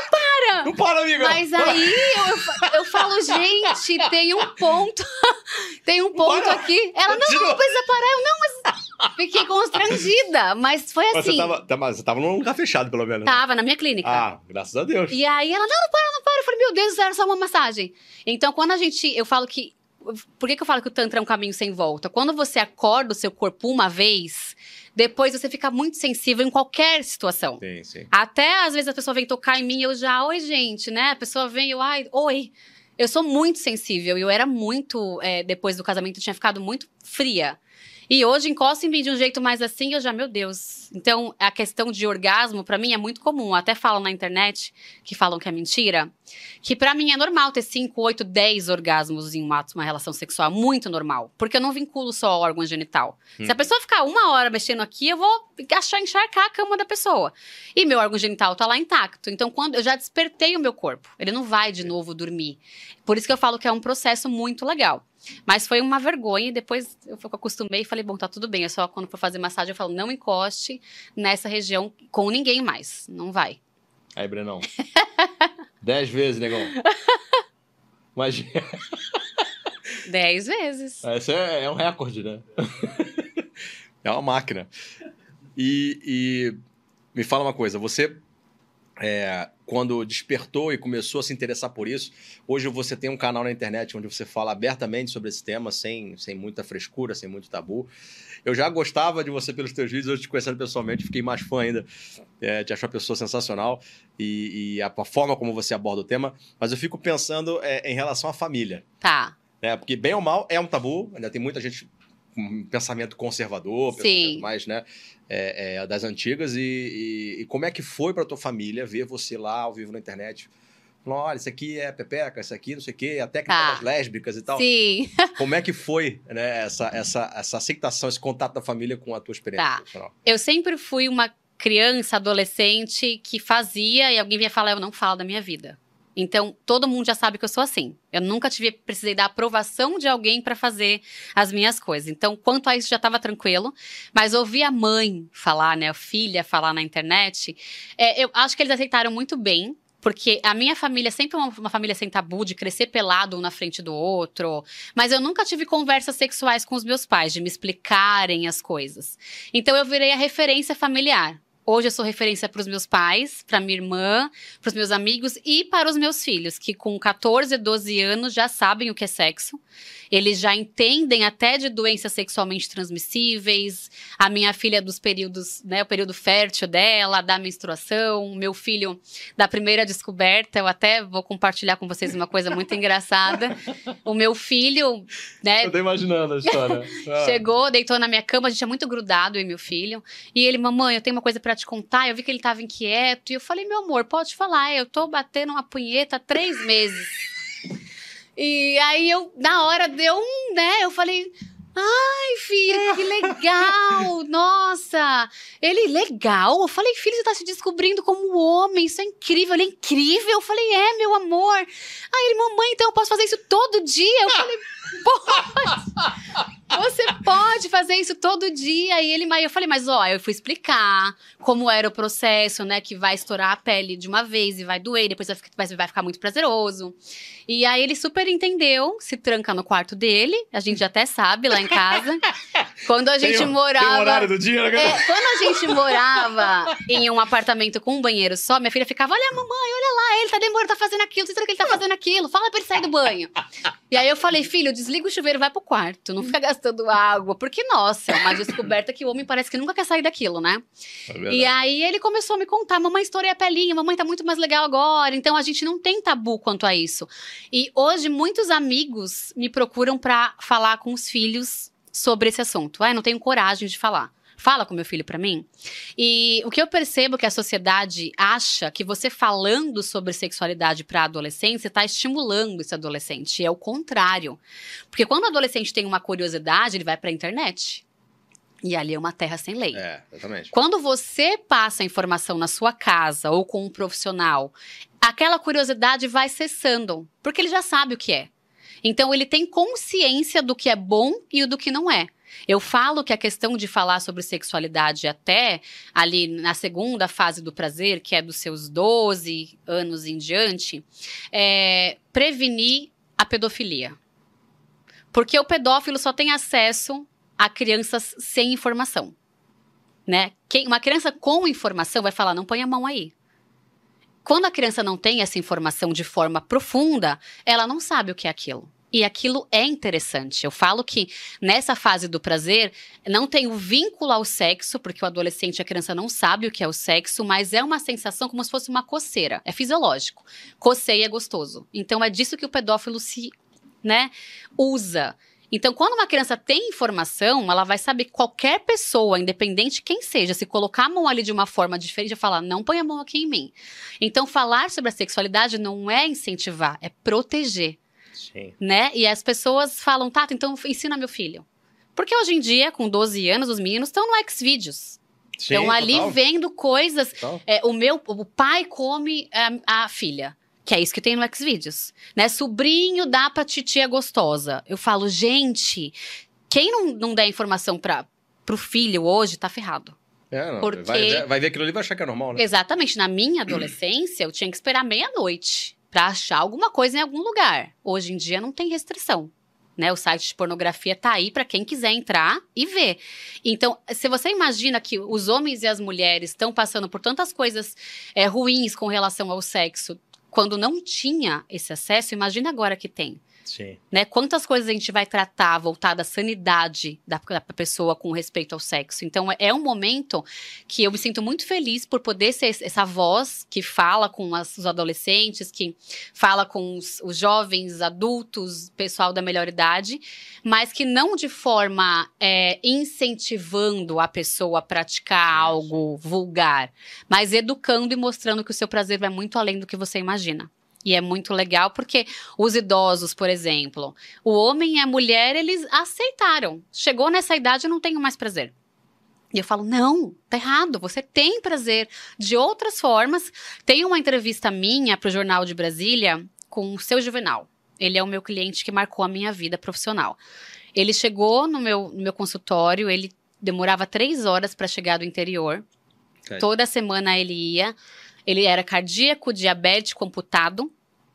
S1: Não para, amiga!
S2: Mas aí eu, eu, fa- eu falo, gente, tem um ponto. Tem um ponto
S1: Para!
S2: aqui. Ela, não,
S1: Continua.
S2: não precisa parar. Eu, não, mas. Fiquei constrangida. Mas foi
S1: Mas você
S2: assim.
S1: tava, tá, mas você tava num lugar fechado, pelo menos. né?
S2: Tava na minha clínica.
S1: Ah, graças a Deus.
S2: E aí ela, não, não para, não para. Eu falei, meu Deus, era só uma massagem. Então, quando a gente. Eu falo que. Por que, que eu falo que o Tantra é um caminho sem volta? Quando você acorda o seu corpo uma vez, depois você fica muito sensível em qualquer situação.
S1: Sim, sim.
S2: Até às vezes a pessoa vem tocar em mim e eu já, oi, gente, né? A pessoa vem, eu, ai, oi. Eu sou muito sensível e eu era muito, é, depois do casamento, eu tinha ficado muito fria. E hoje encosta em mim de um jeito mais assim, eu já, meu Deus. Então, a questão de orgasmo, pra mim, é muito comum. Até falam na internet, que falam que é mentira, que pra mim é normal ter cinco, oito, dez orgasmos em uma, uma relação sexual. Muito normal. Porque eu não vinculo só o órgão genital. Se a
S1: Uhum.
S2: pessoa ficar uma hora mexendo aqui, eu vou achar, encharcar a cama da pessoa. E meu órgão genital tá lá intacto. Então, quando eu já despertei o meu corpo, ele não vai de novo dormir. Por isso que eu falo que é um processo muito legal. Mas foi uma vergonha e depois eu acostumei e falei, bom, tá tudo bem. Eu só, quando for fazer massagem, eu falo, não encoste nessa região com ninguém mais. Não vai.
S1: Aí, Brenão. Dez vezes, negão. Imagina.
S2: Dez vezes.
S1: Esse é, é um recorde, né? É uma máquina. E, e me fala uma coisa, você, é, quando despertou e começou a se interessar por isso, hoje você tem um canal na internet onde você fala abertamente sobre esse tema, sem, sem muita frescura, sem muito tabu. Eu já gostava de você pelos teus vídeos, hoje te conhecendo pessoalmente, fiquei mais fã ainda, é, te acho uma pessoa sensacional e, e a, a forma como você aborda o tema, mas eu fico pensando é, em relação à família.
S2: Tá.
S1: Né? Porque bem ou mal é um tabu, ainda tem muita gente com um pensamento conservador, pensamento
S2: Sim.
S1: mais, né, é, é, das antigas, e, e, e como é que foi para tua família ver você lá ao vivo na internet? Falando, olha, isso aqui é pepeca, isso aqui não sei o quê, a técnica
S2: Tá.
S1: das lésbicas e tal.
S2: Sim.
S1: Como é que foi, né, essa, essa, essa aceitação, esse contato da família com a tua experiência
S2: Tá.
S1: profissional?
S2: Eu sempre fui uma criança, adolescente, que fazia e alguém vinha falar, eu não falo da minha vida. Então, todo mundo já sabe que eu sou assim. Eu nunca tive, precisei da aprovação de alguém para fazer as minhas coisas. Então, quanto a isso, já estava tranquilo. Mas ouvir a mãe falar, né, a filha falar na internet, é, eu acho que eles aceitaram muito bem. Porque a minha família sempre é uma, uma família sem tabu, de crescer pelado um na frente do outro. Mas eu nunca tive conversas sexuais com os meus pais, de me explicarem as coisas. Então, eu virei a referência familiar. Hoje eu sou referência para os meus pais, para minha irmã, para os meus amigos e para os meus filhos, que com catorze, doze anos já sabem o que é sexo. Eles já entendem até de doenças sexualmente transmissíveis. A minha filha dos períodos, né, o período fértil dela, da menstruação. Meu filho da primeira descoberta. Eu até vou compartilhar com vocês uma coisa muito engraçada. O meu filho, né?
S1: Eu tô imaginando a história. Ah.
S2: Chegou, deitou na minha cama, a gente é muito grudado, eu e meu filho. E ele, mamãe, eu tenho uma coisa pra te contar. Eu vi que ele tava inquieto. E eu falei, meu amor, pode falar. Eu tô batendo uma punheta há três meses. E aí, eu, na hora, deu um, né? Eu falei, ai, filho, que legal! Nossa! Ele, legal? Eu falei, filho, você tá se descobrindo como homem, isso é incrível. Ele é incrível? Eu falei, é, meu amor. Aí ele, mamãe, então eu posso fazer isso todo dia? Eu falei, pode! Você pode fazer isso todo dia. E ele, eu falei, mas ó, eu fui explicar como era o processo, né? Que vai estourar a pele de uma vez e vai doer, depois vai ficar, vai ficar muito prazeroso. E aí ele super entendeu, se tranca no quarto dele, a gente até sabe lá em casa. Quando a gente
S1: tem um,
S2: morava.
S1: Tem um horário do dia, né?
S2: É, quando a gente morava em um apartamento com um banheiro só, minha filha ficava: olha, mamãe, olha lá, ele tá demorando, tá fazendo aquilo, você sabe que ele tá fazendo aquilo, fala pra ele sair do banho. E aí eu falei, filho, desliga o chuveiro, vai pro quarto, não fica gastando água, porque, nossa, é uma descoberta que o homem parece que nunca quer sair daquilo, né? É e aí ele começou a me contar, mamãe, estourei a pelinha, mamãe tá muito mais legal agora, então a gente não tem tabu quanto a isso. E hoje muitos amigos me procuram pra falar com os filhos sobre esse assunto. Ah, eu não tenho coragem de falar. Fala com meu filho pra mim. E o que eu percebo que a sociedade acha que você falando sobre sexualidade pra adolescente, você tá estimulando esse adolescente. E é o contrário. Porque quando o adolescente tem uma curiosidade, ele vai pra internet. E ali é uma terra sem lei.
S1: É, exatamente.
S2: Quando você passa a informação na sua casa ou com um profissional, aquela curiosidade vai cessando. Porque ele já sabe o que é. Então, ele tem consciência do que é bom e do que não é. Eu falo que a questão de falar sobre sexualidade até ali na segunda fase do prazer, que é dos seus doze anos em diante, é prevenir a pedofilia. Porque o pedófilo só tem acesso a crianças sem informação, né? Quem, uma criança com informação vai falar, não põe a mão aí. Quando a criança não tem essa informação de forma profunda, ela não sabe o que é aquilo. E aquilo é interessante. Eu falo que nessa fase do prazer, não tem o vínculo ao sexo, porque o adolescente, a criança não sabe o que é o sexo, mas é uma sensação como se fosse uma coceira. É fisiológico. Coceia é gostoso. Então é disso que o pedófilo se, né, usa. Então, quando uma criança tem informação, ela vai saber que qualquer pessoa, independente de quem seja, se colocar a mão ali de uma forma diferente, vai falar, não põe a mão aqui em mim. Então, falar sobre a sexualidade não é incentivar, é proteger.
S1: Sim. Né?
S2: E as pessoas falam, Tata, então ensina meu filho. Porque hoje em dia, com doze anos, os meninos estão no Xvideos. Estão ali
S1: total.
S2: vendo coisas. É, o meu, o pai come a, a filha. Que é isso que tem no Xvideos, né? Sobrinho dá pra titia gostosa. Eu falo, gente, quem não, não der informação pra, pro filho hoje, tá ferrado.
S1: É, não,
S2: Porque...
S1: vai, vai ver aquilo ali e vai achar que é normal, né?
S2: Exatamente. Na minha adolescência, eu tinha que esperar meia-noite pra achar alguma coisa em algum lugar. Hoje em dia não tem restrição, né? O site de pornografia tá aí para quem quiser entrar e ver. Então, se você imagina que os homens e as mulheres estão passando por tantas coisas é, ruins com relação ao sexo, quando não tinha esse acesso, imagina agora que tem.
S1: Sim.
S2: Né? Quantas coisas a gente vai tratar voltada à sanidade da, da pessoa com respeito ao sexo. Então, é um momento que eu me sinto muito feliz por poder ser essa voz que fala com as, os adolescentes, que fala com os, os jovens, adultos, pessoal da melhor idade, mas que não de forma é, incentivando a pessoa a praticar Sim. algo vulgar, mas educando e mostrando que o seu prazer vai muito além do que você imagina. E é muito legal porque os idosos, por exemplo, o homem e a mulher, eles aceitaram. Chegou nessa idade, eu não tenho mais prazer. E eu falo, não, tá errado, você tem prazer de outras formas. Tem uma entrevista minha para o Jornal de Brasília com o Seu Juvenal. Ele é o meu cliente que marcou a minha vida profissional. Ele chegou no meu, no meu consultório, ele demorava três horas para chegar do interior. Okay. Toda semana ele ia. Ele era cardíaco, diabético, amputado.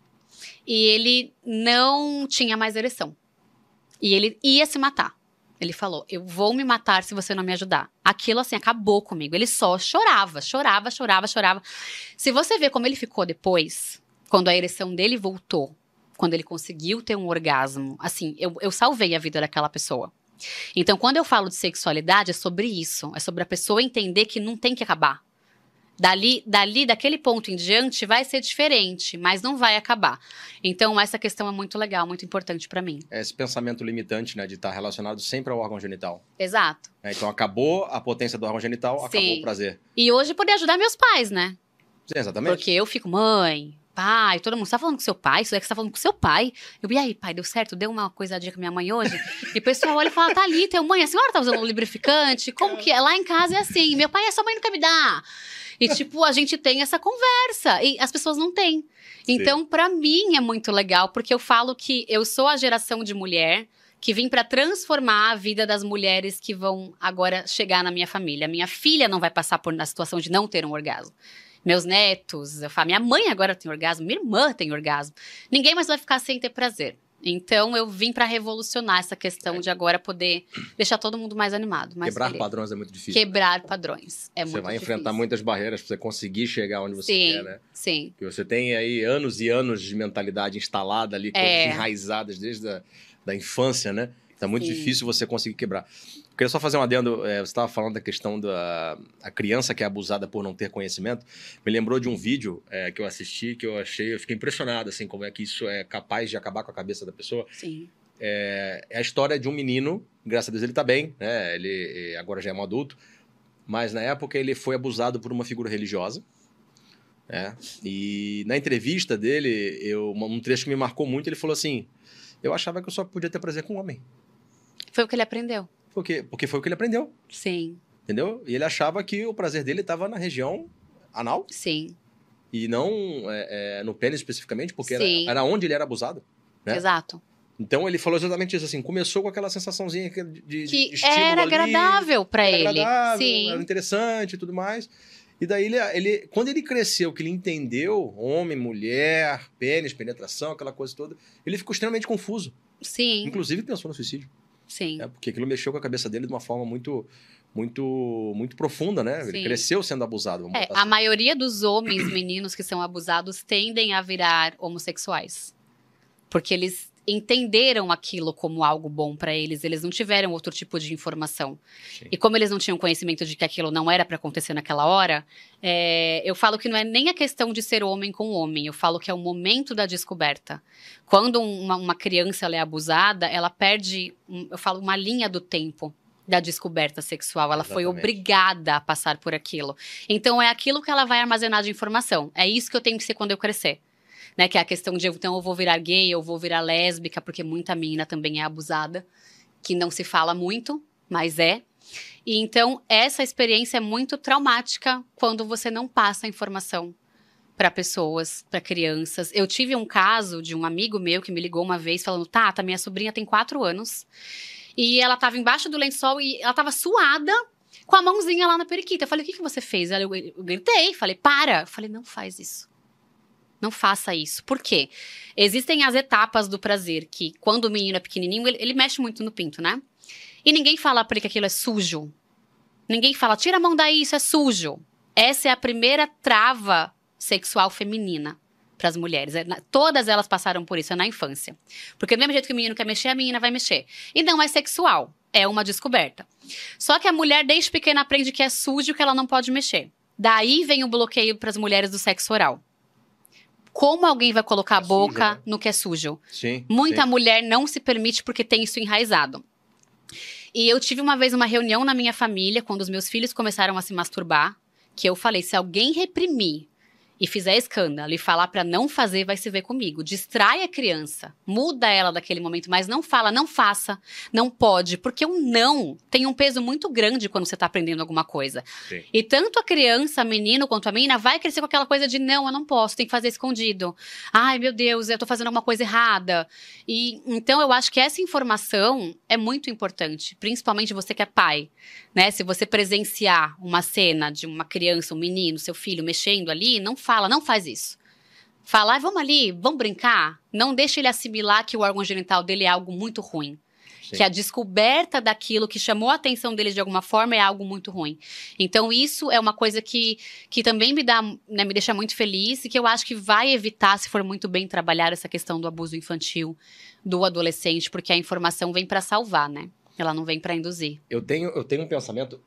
S2: E ele não tinha mais ereção. E ele ia se matar. Ele falou, eu vou me matar se você não me ajudar. Aquilo, assim, acabou comigo. Ele só chorava, chorava, chorava, chorava. Se você ver como ele ficou depois, quando a ereção dele voltou, quando ele conseguiu ter um orgasmo, assim, eu, eu salvei a vida daquela pessoa. Então, quando eu falo de sexualidade, é sobre isso. É sobre a pessoa entender que não tem que acabar. Dali, dali, daquele ponto em diante, vai ser diferente, mas não vai acabar. Então, essa questão é muito legal, muito importante pra mim.
S1: É esse pensamento limitante, né, de estar relacionado sempre ao órgão genital.
S2: Exato.
S1: É, então, acabou a potência do órgão genital, Sim. acabou o prazer.
S2: E hoje, poder ajudar meus pais, né?
S1: Sim, exatamente.
S2: Porque eu fico, mãe, pai, todo mundo, você tá falando com seu pai? Isso é que você tá falando com seu pai? Eu, e aí, pai, deu certo? Deu uma coisadinha com minha mãe hoje? E o pessoal olha e fala, tá ali, teu mãe, a senhora tá usando um lubrificante? Como que é? Lá em casa é assim, meu pai é sua mãe nunca me dá. E, tipo, a gente tem essa conversa. E as pessoas não têm. Então, Sim. pra mim, é muito legal. Porque eu falo que eu sou a geração de mulher que vim pra transformar a vida das mulheres que vão agora chegar na minha família. Minha filha não vai passar por na situação de não ter um orgasmo. Meus netos, eu falo, minha mãe agora tem orgasmo. Minha irmã tem orgasmo. Ninguém mais vai ficar sem ter prazer. Então, eu vim pra revolucionar essa questão é. de agora poder deixar todo mundo mais animado. Mais
S1: Quebrar
S2: feliz.
S1: padrões é muito difícil.
S2: Quebrar padrões é
S1: você
S2: muito difícil. Você
S1: vai enfrentar muitas barreiras pra você conseguir chegar onde você
S2: sim,
S1: quer, né?
S2: Sim,
S1: Porque você tem aí anos e anos de mentalidade instalada ali, coisas é. enraizadas desde a da infância, né? Tá muito sim. difícil você conseguir quebrar. Eu queria só fazer um adendo, é, você estava falando da questão da a criança que é abusada por não ter conhecimento. Me lembrou de um vídeo é, que eu assisti, que eu achei, eu fiquei impressionado, assim, como é que isso é capaz de acabar com a cabeça da pessoa.
S2: Sim.
S1: É, é a história de um menino, graças a Deus ele tá bem, né? Ele agora já é um adulto, mas na época ele foi abusado por uma figura religiosa. Né? E na entrevista dele, eu, um trecho que me marcou muito, ele falou assim, eu achava que eu só podia ter prazer com um homem.
S2: Foi o que ele aprendeu.
S1: Porque, porque foi o que ele aprendeu.
S2: Sim.
S1: Entendeu? E ele achava que o prazer dele estava na região anal.
S2: Sim.
S1: E não é, é, no pênis especificamente, porque era, era onde ele era abusado. Né?
S2: Exato.
S1: Então ele falou exatamente isso, assim, começou com aquela sensaçãozinha de, de,
S2: que
S1: de estímulo
S2: era
S1: ali,
S2: agradável para ele.
S1: Agradável,
S2: Sim.
S1: Era interessante e tudo mais. E daí, ele, ele, quando ele cresceu, que ele entendeu homem, mulher, pênis, penetração, aquela coisa toda, ele ficou extremamente confuso.
S2: Sim.
S1: Inclusive pensou no suicídio.
S2: Sim.
S1: É, porque aquilo mexeu com a cabeça dele de uma forma muito, muito, muito profunda, né? Sim. Ele cresceu sendo abusado.
S2: É,
S1: assim.
S2: A maioria dos homens, meninos que são abusados, tendem a virar homossexuais. Porque eles entenderam aquilo como algo bom para eles, eles não tiveram outro tipo de informação. Sim. E como eles não tinham conhecimento de que aquilo não era para acontecer naquela hora, é, eu falo que não é nem a questão de ser homem com homem, eu falo que é o momento da descoberta. Quando uma, uma criança ela é abusada, ela perde, eu falo, uma linha do tempo da descoberta sexual, ela Exatamente. Foi obrigada a passar por aquilo. Então é aquilo que ela vai armazenar de informação, é isso que eu tenho que ser quando eu crescer. Né, que é a questão de, então, eu vou virar gay, eu vou virar lésbica, porque muita menina também é abusada, que não se fala muito, mas é. E, então, essa experiência é muito traumática quando você não passa a informação para pessoas, para crianças. Eu tive um caso de um amigo meu que me ligou uma vez falando, Tata, minha sobrinha tem quatro anos, e ela estava embaixo do lençol e ela estava suada, com a mãozinha lá na periquita. Eu falei, o que, que você fez? Eu, eu, eu gritei, falei, para. Eu falei, não faz isso. Não faça isso. Por quê? Existem as etapas do prazer, que quando o menino é pequenininho, ele, ele mexe muito no pinto, né? E ninguém fala pra ele que aquilo é sujo. Ninguém fala, tira a mão daí, isso é sujo. Essa é a primeira trava sexual feminina para as mulheres. Todas elas passaram por isso, é na infância. Porque do mesmo jeito que o menino quer mexer, a menina vai mexer. E não é sexual, é uma descoberta. Só que a mulher desde pequena aprende que é sujo, que ela não pode mexer. Daí vem o bloqueio para as mulheres do sexo oral. Como alguém vai colocar a boca sujo, né? no que é sujo?
S1: Sim,
S2: Muita
S1: sim.
S2: mulher não se permite porque tem isso enraizado. E eu tive uma vez uma reunião na minha família, quando os meus filhos começaram a se masturbar, que eu falei, se alguém reprimir e fizer escândalo e falar pra não fazer, vai se ver comigo. Distrai a criança, muda ela daquele momento, mas não fala, não faça, não pode, porque o não tem um peso muito grande quando você tá aprendendo alguma coisa.
S1: Sim.
S2: E tanto a criança, menino, quanto a menina, vai crescer com aquela coisa de não, eu não posso, tem que fazer escondido. Ai, meu Deus, eu tô fazendo alguma coisa errada. E então eu acho que essa informação é muito importante, principalmente você que é pai, né? Se você presenciar uma cena de uma criança, um menino, seu filho mexendo ali, não fala, não faz isso. Fala, ah, vamos ali, vamos brincar. Não deixa ele assimilar que o órgão genital dele é algo muito ruim. Sim. Que a descoberta daquilo que chamou a atenção dele de alguma forma é algo muito ruim. Então isso é uma coisa que, que também me dá, né, me deixa muito feliz e que eu acho que vai evitar, se for muito bem trabalhar, essa questão do abuso infantil do adolescente, porque a informação vem para salvar, né? Ela não vem para induzir.
S1: Eu tenho, eu tenho um pensamento,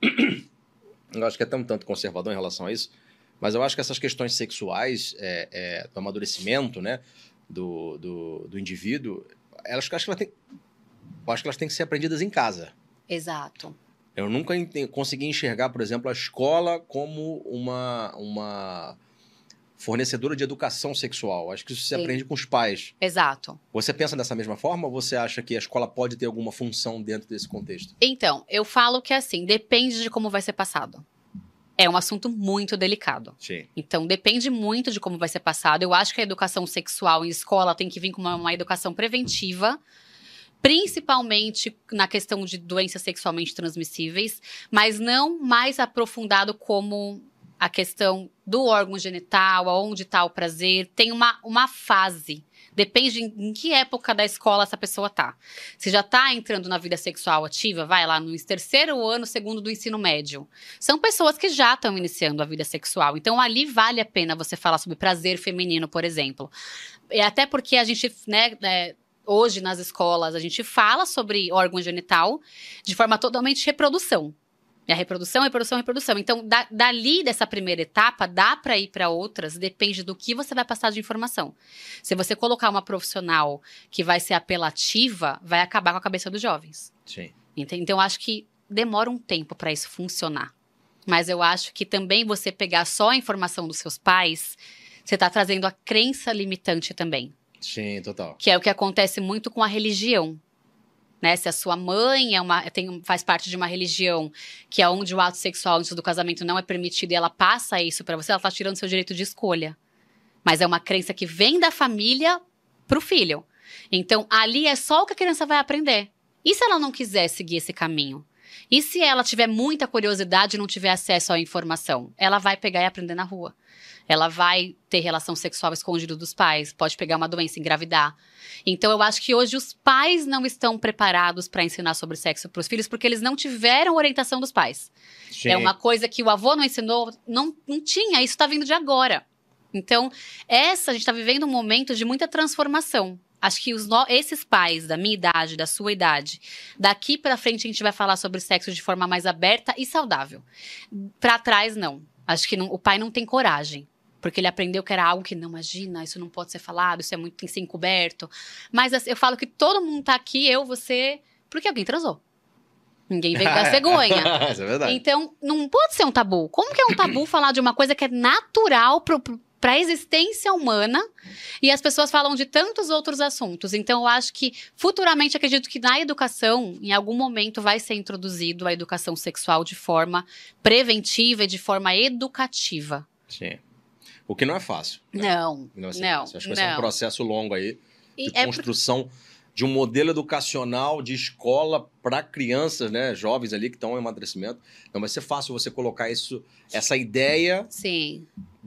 S1: eu acho que é tão tanto conservador em relação a isso, mas eu acho que essas questões sexuais, é, é, do amadurecimento, né, do, do, do indivíduo, elas, acho que elas têm, eu acho que elas têm que ser aprendidas em casa.
S2: Exato.
S1: Eu nunca ente- consegui enxergar, por exemplo, a escola como uma, uma fornecedora de educação sexual. Acho que isso se
S2: Sim.
S1: aprende com os pais.
S2: Exato.
S1: Você pensa dessa mesma forma ou você acha que a escola pode ter alguma função dentro desse contexto?
S2: Então, eu falo que assim, depende de como vai ser passado. É um assunto muito delicado.
S1: Sim.
S2: Então, depende muito de como vai ser passado. Eu acho que a educação sexual em escola tem que vir com uma, uma educação preventiva, principalmente na questão de doenças sexualmente transmissíveis, mas não mais aprofundado como a questão do órgão genital, aonde está o prazer. Tem uma, uma fase. Depende em que época da escola essa pessoa tá. Se já tá entrando na vida sexual ativa, vai lá no terceiro ano, segundo do ensino médio. São pessoas que já estão iniciando a vida sexual. Então, ali vale a pena você falar sobre prazer feminino, por exemplo. E até porque a gente, né, é, hoje nas escolas, a gente fala sobre órgão genital de forma totalmente reprodução. É a reprodução, reprodução, reprodução. Então, da, dali dessa primeira etapa, dá para ir para outras, depende do que você vai passar de informação. Se você colocar uma profissional que vai ser apelativa, vai acabar com a cabeça dos jovens.
S1: Sim.
S2: Então, eu acho que demora um tempo para isso funcionar. Mas eu acho que também você pegar só a informação dos seus pais, você está trazendo a crença limitante também.
S1: Sim, total.
S2: Que é o que acontece muito com a religião. Né? Se a sua mãe é uma, tem, faz parte de uma religião que é onde o ato sexual antes do casamento não é permitido e ela passa isso pra você, ela tá tirando seu direito de escolha. Mas é uma crença que vem da família pro filho. Então, ali é só o que a criança vai aprender. E se ela não quiser seguir esse caminho? E se ela tiver muita curiosidade e não tiver acesso à informação? Ela vai pegar e aprender na rua. Ela vai ter relação sexual escondida dos pais, pode pegar uma doença, engravidar. Então, eu acho que hoje os pais não estão preparados para ensinar sobre sexo para os filhos, porque eles não tiveram orientação dos pais.
S1: Sim.
S2: É uma coisa que o avô não ensinou, não, não tinha, isso está vindo de agora. Então, essa, a gente está vivendo um momento de muita transformação. Acho que os no... esses pais da minha idade, da sua idade, daqui para frente a gente vai falar sobre sexo de forma mais aberta e saudável. Para trás, não. Acho que não, o pai não tem coragem. Porque ele aprendeu que era algo que, não, imagina, isso não pode ser falado, isso é muito, tem que ser encoberto. Mas assim, eu falo que todo mundo tá aqui, eu, você, porque alguém transou. Ninguém veio da cegonha.
S1: Isso é verdade.
S2: Então, não pode ser um tabu. Como que é um tabu falar de uma coisa que é natural pro, pro, pra existência humana e as pessoas falam de tantos outros assuntos? Então, eu acho que, futuramente, acredito que na educação, em algum momento, vai ser introduzido a educação sexual de forma preventiva e de forma educativa.
S1: Sim. O que não é fácil. Né?
S2: Não,
S1: não, é
S2: não,
S1: Acho que vai
S2: não.
S1: ser um processo longo aí de
S2: E é
S1: construção por... de um modelo educacional de escola para crianças, né, jovens ali que estão em amadurecimento. Não vai ser fácil você colocar isso, essa ideia
S2: Sim.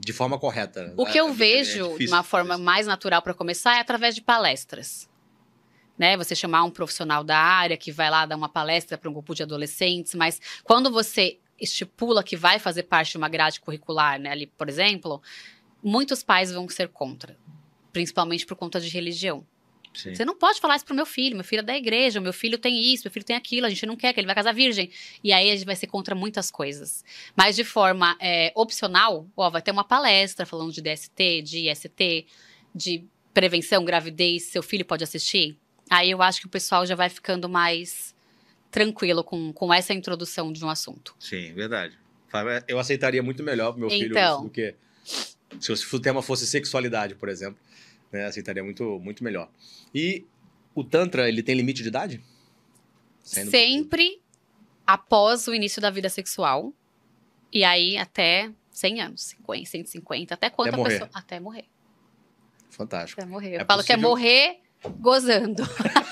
S1: de forma correta.
S2: O que eu
S1: é,
S2: vejo
S1: é
S2: de uma forma mais natural para começar é através de palestras. Né? Você chamar um profissional da área que vai lá dar uma palestra para um grupo de adolescentes, mas quando você estipula que vai fazer parte de uma grade curricular, né, ali, por exemplo, muitos pais vão ser contra, principalmente por conta de religião. Sim. Você não pode falar isso pro meu filho, meu filho é da igreja, meu filho tem isso, meu filho tem aquilo, a gente não quer que ele vai casar virgem. E aí a gente vai ser contra muitas coisas. Mas de forma é, opcional, ó, vai ter uma palestra falando de D S T, de I S T, de prevenção, gravidez, seu filho pode assistir. Aí eu acho que o pessoal já vai ficando mais tranquilo com, com essa introdução de um assunto.
S1: Sim, verdade. Eu aceitaria muito melhor pro meu filho
S2: então,
S1: isso do que se o tema fosse sexualidade, por exemplo. Né, aceitaria muito, muito melhor. E o Tantra, ele tem limite de idade?
S2: Saindo sempre um após o início da vida sexual. E aí até cem anos, cinquenta, cento e cinquenta, até quanto
S1: até
S2: a
S1: morrer.
S2: pessoa... Até morrer.
S1: Fantástico.
S2: Até morrer. Eu
S1: é
S2: falo
S1: possível...
S2: que é morrer gozando.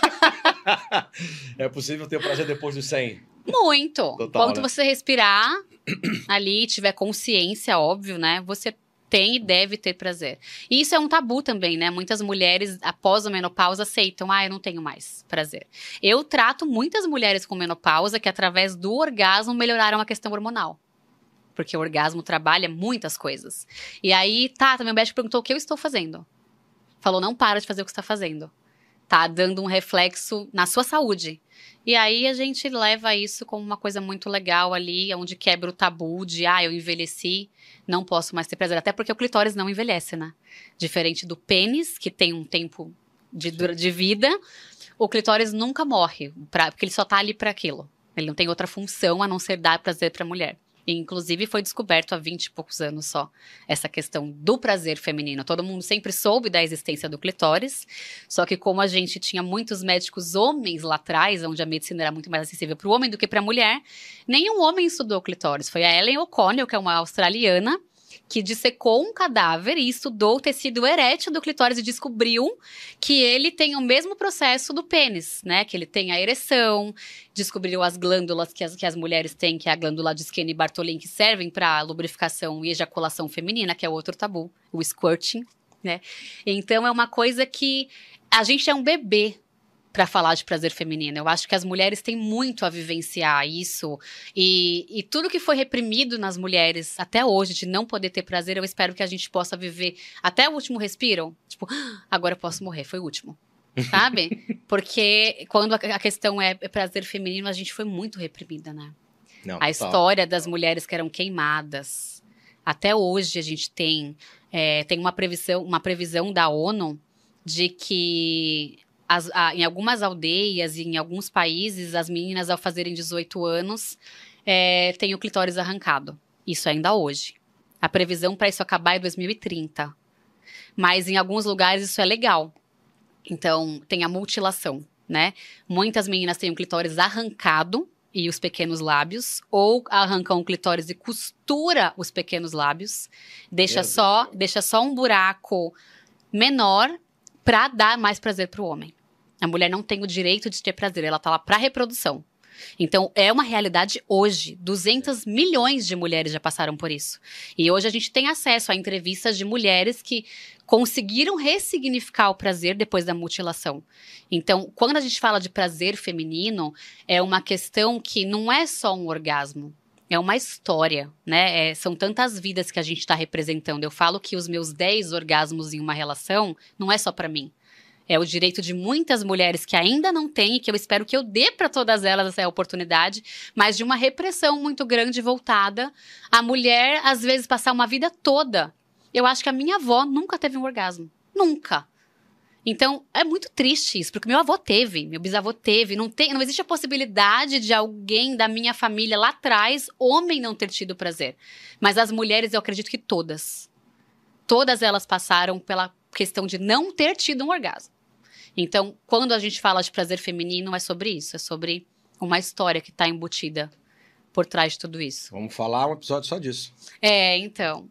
S1: É possível ter prazer depois dos cem?
S2: Muito.
S1: Total,
S2: Quanto
S1: né?
S2: você respirar ali, tiver consciência, óbvio, né? Você tem e deve ter prazer. E isso é um tabu também, né? Muitas mulheres, após a menopausa, aceitam. Ah, eu não tenho mais prazer. Eu trato muitas mulheres com menopausa que, através do orgasmo, melhoraram a questão hormonal. Porque o orgasmo trabalha muitas coisas. E aí, tá, meu médico perguntou o que eu estou fazendo. Falou, não para de fazer o que você está fazendo. Tá dando um reflexo na sua saúde. E aí a gente leva isso como uma coisa muito legal ali, onde quebra o tabu de, ah, eu envelheci, não posso mais ter prazer. Até porque o clitóris não envelhece, né? Diferente do pênis, que tem um tempo de, de vida, o clitóris nunca morre, pra, porque ele só tá ali para aquilo. Ele não tem outra função a não ser dar prazer para a mulher. E, inclusive, foi descoberto há vinte e poucos anos só, essa questão do prazer feminino. Todo mundo sempre soube da existência do clitóris, só que como a gente tinha muitos médicos homens lá atrás, onde a medicina era muito mais acessível para o homem do que para a mulher, nenhum homem estudou o clitóris. Foi a Ellen O'Connell, que é uma australiana, que dissecou um cadáver e estudou o tecido erétil do clitóris e descobriu que ele tem o mesmo processo do pênis, né? Que ele tem a ereção, descobriu as glândulas que as, que as mulheres têm, que é a glândula de Skene e Bartholin, que servem para lubrificação e ejaculação feminina, que é outro tabu, o squirting, né? Então é uma coisa que a gente é um bebê para falar de prazer feminino. Eu acho que as mulheres têm muito a vivenciar isso. E, e tudo que foi reprimido nas mulheres até hoje, de não poder ter prazer, eu espero que a gente possa viver até o último respiro. Tipo, ah, agora eu posso morrer, foi o último. Sabe? Porque quando a, a questão é, é prazer feminino, a gente foi muito reprimida, né?
S1: Não,
S2: a
S1: total.
S2: história das mulheres que eram queimadas. Até hoje a gente tem, é, tem uma, previsão, uma previsão da ONU de que As, a, em algumas aldeias e em alguns países, as meninas, ao fazerem dezoito anos, é, têm o clitóris arrancado. Isso ainda hoje. A previsão para isso acabar é dois mil e trinta. Mas em alguns lugares isso é legal. Então, tem a mutilação, né? Muitas meninas têm o clitóris arrancado e os pequenos lábios, ou arrancam o clitóris e costura os pequenos lábios, deixa só, deixa só um buraco menor para dar mais prazer para o homem. A mulher não tem o direito de ter prazer, ela tá lá para reprodução. Então, é uma realidade hoje. duzentos milhões de mulheres já passaram por isso. E hoje a gente tem acesso a entrevistas de mulheres que conseguiram ressignificar o prazer depois da mutilação. Então, quando a gente fala de prazer feminino, é uma questão que não é só um orgasmo. É uma história, né? É, são tantas vidas que a gente está representando. Eu falo que os meus dez orgasmos em uma relação não é só para mim. É o direito de muitas mulheres que ainda não têm, e que eu espero que eu dê para todas elas essa oportunidade, mas de uma repressão muito grande voltada a mulher, às vezes, passar uma vida toda. Eu acho que a minha avó nunca teve um orgasmo. Nunca. Então, é muito triste isso, porque meu avô teve, meu bisavô teve. Não, tem, não existe a possibilidade de alguém da minha família lá atrás, homem, não ter tido prazer. Mas as mulheres, eu acredito que todas. Todas elas passaram pela questão de não ter tido um orgasmo. Então, quando a gente fala de prazer feminino, é sobre isso. É sobre uma história que está embutida por trás de tudo isso.
S1: Vamos falar um episódio só disso.
S2: É, então.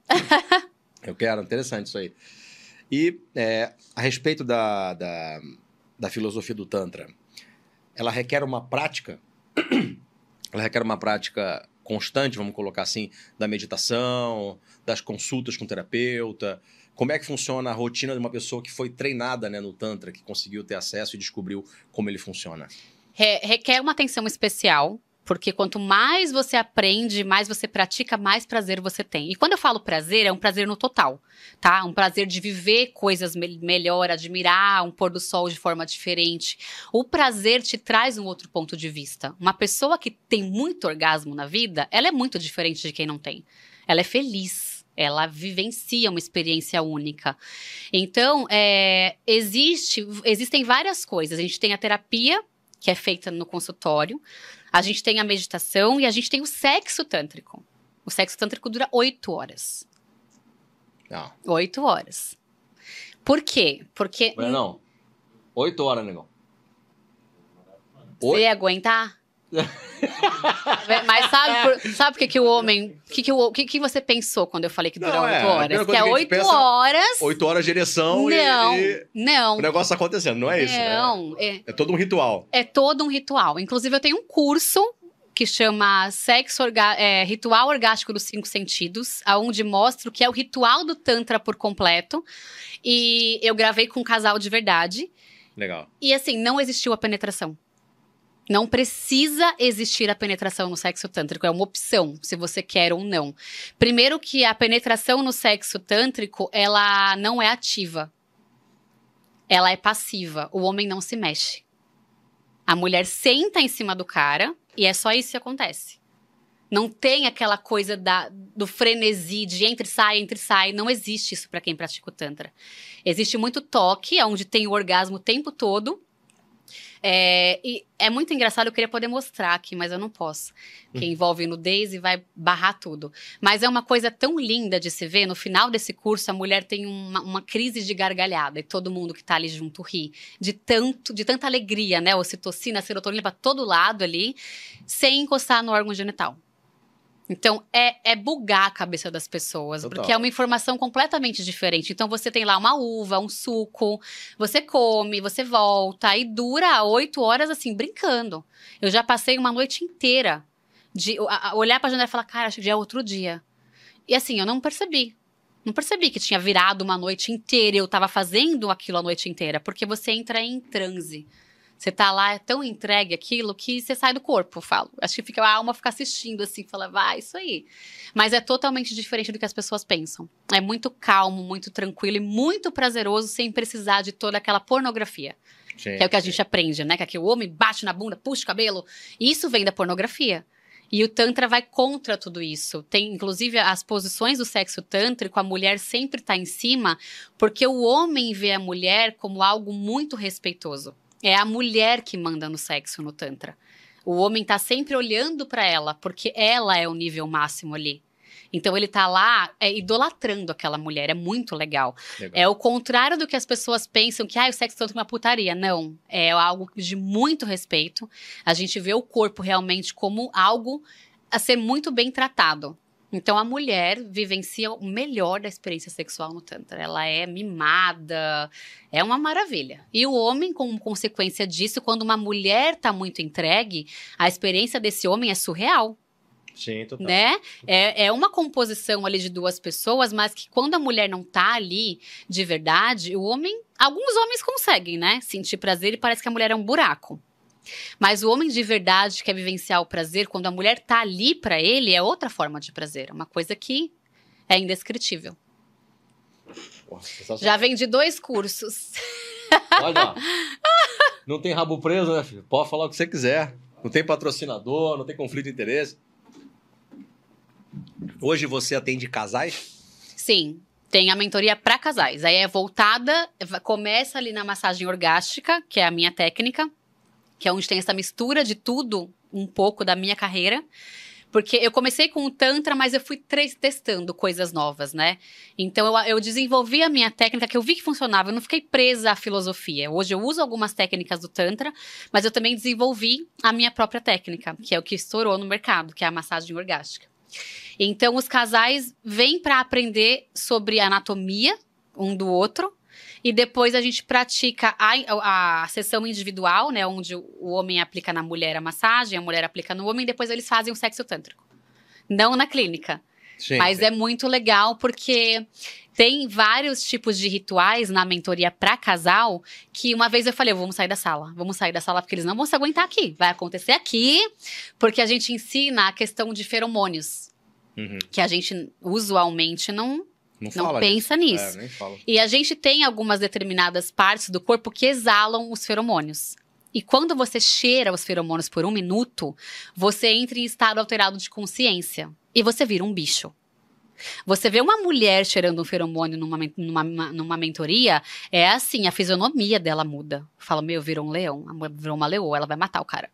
S1: Eu quero, interessante isso aí. E é, a respeito da, da, da filosofia do Tantra, ela requer uma prática, ela requer uma prática constante, vamos colocar assim, da meditação, das consultas com o terapeuta? Como é que funciona a rotina de uma pessoa que foi treinada, né, no Tantra, que conseguiu ter acesso e descobriu como ele funciona?
S2: Re- requer uma atenção especial, porque quanto mais você aprende, mais você pratica, mais prazer você tem. E quando eu falo prazer, é um prazer no total, tá? Um prazer de viver coisas me- melhor, admirar um pôr do sol de forma diferente. O prazer te traz um outro ponto de vista. Uma pessoa que tem muito orgasmo na vida, ela é muito diferente de quem não tem. Ela é feliz. Ela vivencia uma experiência única. Então, é, existe, existem várias coisas. A gente tem a terapia, que é feita no consultório. A gente tem a meditação e a gente tem o sexo tântrico. O sexo tântrico dura oito horas.
S1: Não.
S2: Oito horas. Por quê? Porque...
S1: Olha, não. Oito horas, negão.
S2: Você ia aguentar? Mas sabe por, sabe por que, que o homem... O que, que, o, que, que você pensou quando eu falei que dura
S1: Não,
S2: oito
S1: é, a
S2: horas?
S1: primeira
S2: Que
S1: coisa
S2: é
S1: que a gente
S2: oito
S1: pensa-
S2: horas...
S1: Oito horas de ereção
S2: Não,
S1: e, e
S2: não.
S1: o negócio acontecendo, não é isso? né?
S2: Não, é,
S1: É todo um ritual.
S2: é todo um ritual. Inclusive, eu tenho um curso que chama Sexo Orga- é, Ritual Orgástico dos Cinco Sentidos, onde mostro que é o ritual do Tantra por completo. E eu gravei com um casal de verdade.
S1: Legal.
S2: E assim, não existiu a penetração. Não precisa existir a penetração no sexo tântrico, é uma opção, se você quer ou não. Primeiro que a penetração no sexo tântrico, ela não é ativa. Ela é passiva, o homem não se mexe. A mulher senta em cima do cara e é só isso que acontece. Não tem aquela coisa da, do frenesi de entre e sai, entre e sai. Não existe isso para quem pratica o Tantra. Existe muito toque, onde tem o orgasmo o tempo todo. É, e é muito engraçado, eu queria poder mostrar aqui, mas eu não posso. Que envolve nudez e vai barrar tudo. Mas é uma coisa tão linda de se ver. No final desse curso, a mulher tem uma, uma crise de gargalhada. E todo mundo que tá ali junto ri. De, tanto, de tanta alegria, né? Ocitocina, serotonina pra todo lado ali. Sem encostar no órgão genital. Então, é, é bugar a cabeça das pessoas,
S1: Total.
S2: porque é uma informação completamente diferente. Então, você tem lá uma uva, um suco, você come, você volta, e dura oito horas, assim, brincando. Eu já passei uma noite inteira de a- a- olhar pra janela e falar, cara, acho que já é outro dia. E assim, eu não percebi. Não percebi que tinha virado uma noite inteira e eu tava fazendo aquilo a noite inteira, porque você entra em transe. Você tá lá, é tão entregue aquilo que você sai do corpo, eu falo. Acho que fica, a alma fica assistindo assim, fala, vai, isso aí. Mas é totalmente diferente do que as pessoas pensam. É muito calmo, muito tranquilo e muito prazeroso sem precisar de toda aquela pornografia.
S1: Sim,
S2: Que é o que a
S1: sim.
S2: gente aprende, né? Que aqui o homem bate na bunda, puxa o cabelo. E isso vem da pornografia. E o Tantra vai contra tudo isso. Tem, inclusive, as posições do sexo tântrico, a mulher sempre tá em cima, porque o homem vê a mulher como algo muito respeitoso. É a mulher que manda no sexo, no Tantra. O homem tá sempre olhando pra ela, porque ela é o nível máximo ali. Então ele tá lá é, idolatrando aquela mulher, é muito legal.
S1: Legal.
S2: É o contrário do que as pessoas pensam, que ah, o sexo tântrico é uma putaria. Não, é algo de muito respeito. A gente vê o corpo realmente como algo a ser muito bem tratado. Então a mulher vivencia o melhor da experiência sexual no Tantra. Ela é mimada, é uma maravilha. E o homem, como consequência disso, quando uma mulher tá muito entregue, a experiência desse homem é surreal.
S1: Sim, total.
S2: Né? É, é uma composição ali de duas pessoas, mas que quando a mulher não tá ali de verdade, o homem. Alguns homens conseguem, né? Sentir prazer e parece que a mulher é um buraco. Mas o homem de verdade que quer vivenciar o prazer, quando a mulher tá ali pra ele, é outra forma de prazer. É uma coisa que é indescritível.
S1: Porra, sensacional.
S2: Já vendi dois cursos.
S1: Olha, ó. Não tem rabo preso, né, filho? Pode falar o que você quiser. Não tem patrocinador, não tem conflito de interesse. Hoje você atende casais?
S2: Sim, tem a mentoria para casais. Aí é voltada, começa ali na massagem orgástica, que é a minha técnica, que é onde tem essa mistura de tudo, um pouco da minha carreira. Porque eu comecei com o Tantra, mas eu fui tre- testando coisas novas, né? Então, eu, eu desenvolvi a minha técnica, que eu vi que funcionava. Eu não fiquei presa à filosofia. Hoje eu uso algumas técnicas do Tantra, mas eu também desenvolvi a minha própria técnica, que é o que estourou no mercado, que é a massagem orgástica. Então, os casais vêm para aprender sobre anatomia um do outro. E depois a gente pratica a, a sessão individual, né? Onde o homem aplica na mulher a massagem, a mulher aplica no homem, e depois eles fazem o sexo tântrico. Não na clínica.
S1: Sim,
S2: Mas
S1: sim.
S2: é muito legal porque tem vários tipos de rituais na mentoria para casal que uma vez eu falei, vamos sair da sala. Vamos sair da sala porque eles não vão se aguentar aqui. Vai acontecer aqui, porque a gente ensina a questão de feromônios.
S1: Uhum.
S2: Que a gente usualmente não,
S1: Não,
S2: não
S1: fala
S2: pensa
S1: disso.
S2: nisso.
S1: É, nem fala.
S2: E a gente tem algumas determinadas partes do corpo que exalam os feromônios. E quando você cheira os feromônios por um minuto, você entra em estado alterado de consciência. E você vira um bicho. Você vê uma mulher cheirando um feromônio numa, numa, numa mentoria, é assim, a fisionomia dela muda. Fala, meu, virou um leão, virou uma leoa, ela vai matar o cara.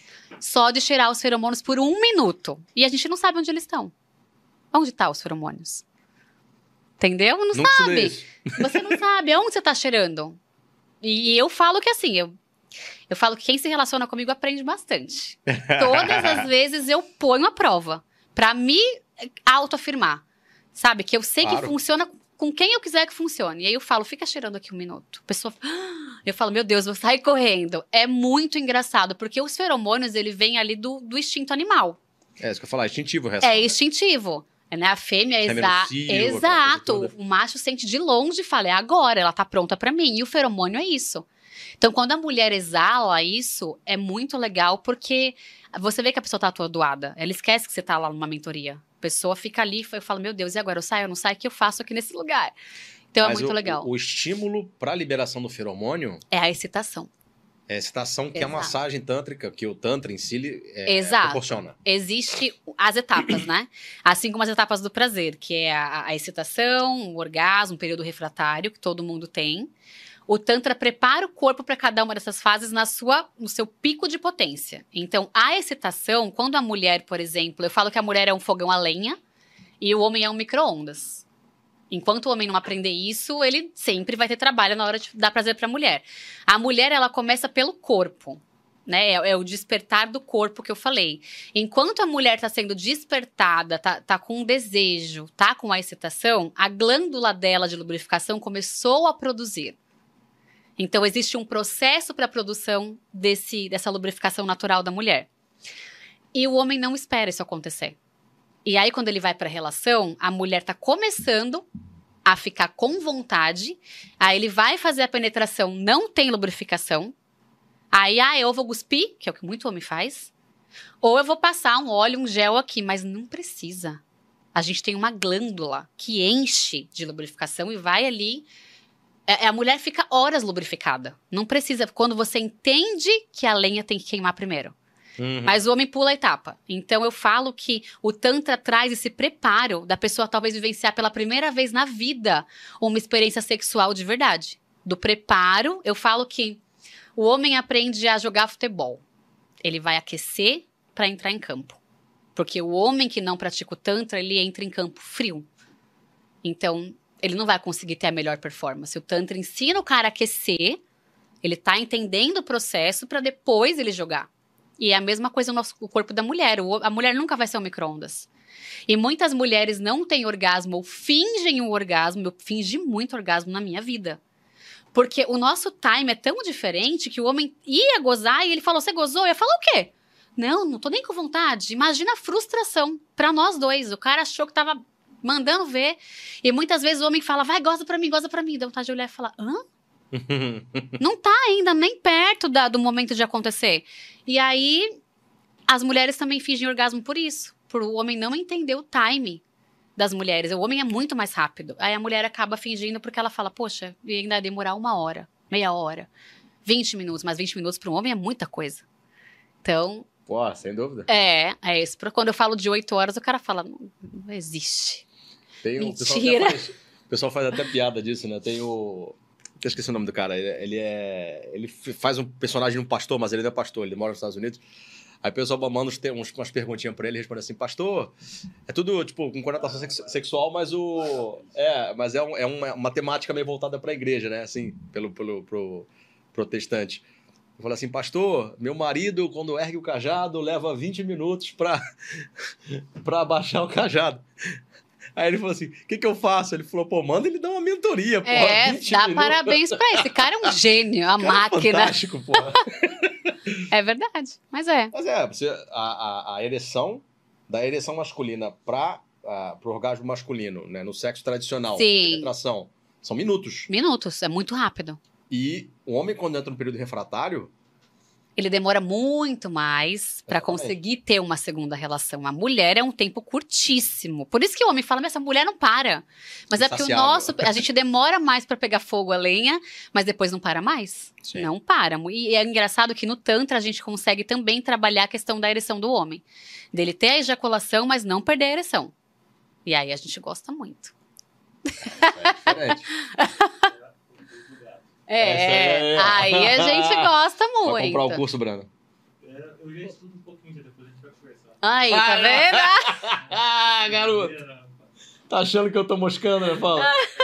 S2: Só de cheirar os feromônios por um minuto. E a gente não sabe onde eles estão. Onde estão os feromônios? Entendeu? Não
S1: Nunca
S2: sabe.
S1: Isso.
S2: Você não sabe aonde você tá cheirando. E eu falo que assim, eu, eu falo que quem se relaciona comigo aprende bastante. Todas as vezes eu ponho a prova pra me autoafirmar. Sabe? Que eu sei
S1: Claro.
S2: que funciona com quem eu quiser que funcione. E aí eu falo, fica cheirando aqui um minuto. A pessoa... Eu falo, meu Deus, vou sair correndo. É muito engraçado, porque os feromônios, ele vem ali do, do instinto animal.
S1: É isso que eu ia falar, instintivo a reação.
S2: É
S1: né?
S2: instintivo. Né? A fêmea, exa
S1: Semilucio, aquela coisa
S2: exato.
S1: toda.
S2: O macho sente de longe e fala, é agora, ela tá pronta pra mim. E o feromônio é isso. Então, quando a mulher exala isso, é muito legal, porque você vê que a pessoa tá atordoada. Ela esquece que você tá lá numa mentoria. A pessoa fica ali, eu falo, meu Deus, e agora? Eu saio, eu não saio? O que eu faço aqui nesse lugar? Então,
S1: Mas
S2: é muito
S1: o,
S2: legal.
S1: O, o estímulo para a liberação do feromônio
S2: É a excitação.
S1: é a excitação que
S2: Exato.
S1: a massagem tântrica, que o tantra em si ele, é,
S2: Exato.
S1: proporciona.
S2: Existe as etapas, né? Assim como as etapas do prazer, que é a, a excitação, o orgasmo, o período refratário, que todo mundo tem. O Tantra prepara o corpo para cada uma dessas fases na sua, no seu pico de potência. Então, a excitação, quando a mulher, por exemplo, eu falo que a mulher é um fogão a lenha e o homem é um micro-ondas. Enquanto o homem não aprender isso, ele sempre vai ter trabalho na hora de dar prazer para a mulher. A mulher, ela começa pelo corpo, né? É, é o despertar do corpo que eu falei. Enquanto a mulher está sendo despertada, tá, tá com um desejo, tá com a excitação, a glândula dela de lubrificação começou a produzir. Então, existe um processo para a produção desse, dessa lubrificação natural da mulher. E o homem não espera isso acontecer. E aí, quando ele vai para a relação, a mulher está começando a ficar com vontade. Aí, ele vai fazer a penetração, não tem lubrificação. Aí, ah, eu vou cuspir, que é o que muito homem faz. Ou eu vou passar um óleo, um gel aqui, mas não precisa. A gente tem uma glândula que enche de lubrificação e vai ali... A mulher fica horas lubrificada. Não precisa, quando você entende que a lenha tem que queimar primeiro.
S1: Uhum.
S2: Mas o homem pula a etapa. Então, eu falo que o Tantra traz esse preparo da pessoa talvez vivenciar pela primeira vez na vida uma experiência sexual de verdade. Do preparo, eu falo que o homem aprende a jogar futebol. Ele vai aquecer para entrar em campo. Porque o homem que não pratica o Tantra, ele entra em campo frio. Então... ele não vai conseguir ter a melhor performance. O Tantra ensina o cara a aquecer, ele tá entendendo o processo para depois ele jogar. E é a mesma coisa no nosso o corpo da mulher. O, a mulher nunca vai ser um micro-ondas. E muitas mulheres não têm orgasmo ou fingem um orgasmo. Eu fingi muito orgasmo na minha vida. Porque o nosso time é tão diferente que o homem ia gozar e ele falou, você gozou? Eu ia falar o quê? Não, não tô nem com vontade. Imagina a frustração para nós dois. O cara achou que tava... mandando ver. E muitas vezes o homem fala, vai, goza pra mim, goza pra mim. Dá vontade de olhar e falar, hã? Não tá ainda nem perto da, do momento de acontecer. E aí, as mulheres também fingem orgasmo por isso. Por o homem não entender o time das mulheres. O homem é muito mais rápido. Aí a mulher acaba fingindo porque ela fala, poxa, ainda vai demorar uma hora, meia hora, vinte minutos. Mas vinte minutos para um homem é muita coisa. Então...
S1: Pô, sem dúvida.
S2: É, é isso. Quando eu falo de oito horas, o cara fala, não, não existe.
S1: Tem um,
S2: Mentira.
S1: O pessoal, faz, o pessoal faz até piada disso, né? Tem o... Eu esqueci o nome do cara. Ele, ele é... Ele faz um personagem de um pastor, mas ele não é pastor. Ele mora nos Estados Unidos. Aí o pessoal manda uns, uns, umas perguntinhas pra ele. Ele responde assim, pastor, é tudo, tipo, com conotação sex- sexual, mas o... É, mas é, um, é uma, uma temática meio voltada pra igreja, né? Assim, pelo, pelo pro protestante. Eu falei assim, pastor, meu marido, quando ergue o cajado, leva vinte minutos pra, pra abaixar o cajado. Aí ele falou assim, o que que eu faço? Ele falou, pô, manda ele dar uma mentoria, porra.
S2: É,
S1: vinte
S2: dá
S1: minutos.
S2: parabéns pra esse cara, é um gênio, a
S1: Cara,
S2: máquina.
S1: fantástico, porra.
S2: É verdade, mas é.
S1: Mas é, você, a, a, a ereção da ereção masculina para uh, o orgasmo masculino, né? No sexo tradicional,
S2: Sim.
S1: penetração, são minutos.
S2: Minutos, é muito rápido.
S1: E o homem, quando entra no período refratário...
S2: Ele demora muito mais para conseguir ter uma segunda relação. A mulher é um tempo curtíssimo. Por isso que o homem fala, mas essa mulher não para. Mas é porque o nosso... A gente demora mais para pegar fogo a lenha, mas depois não para mais. Sim. Não para. E é engraçado que no Tantra a gente consegue também trabalhar a questão da ereção do homem. Dele ter a ejaculação, mas não perder a ereção. E aí a gente gosta muito.
S1: É, é diferente.
S2: É, é, aí a gente gosta muito.
S1: Vai comprar o curso, Brano?
S3: É, eu já estudo um pouquinho, já depois a gente vai conversar.
S2: Aí, tá vendo?
S1: Ah, garoto. Tá achando que eu tô moscando, né, Paulo?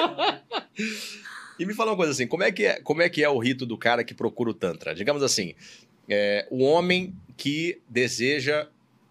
S1: E me fala uma coisa assim, como é que é, como é, que é o rito do cara que procura o Tantra? Digamos assim, é, o homem que deseja...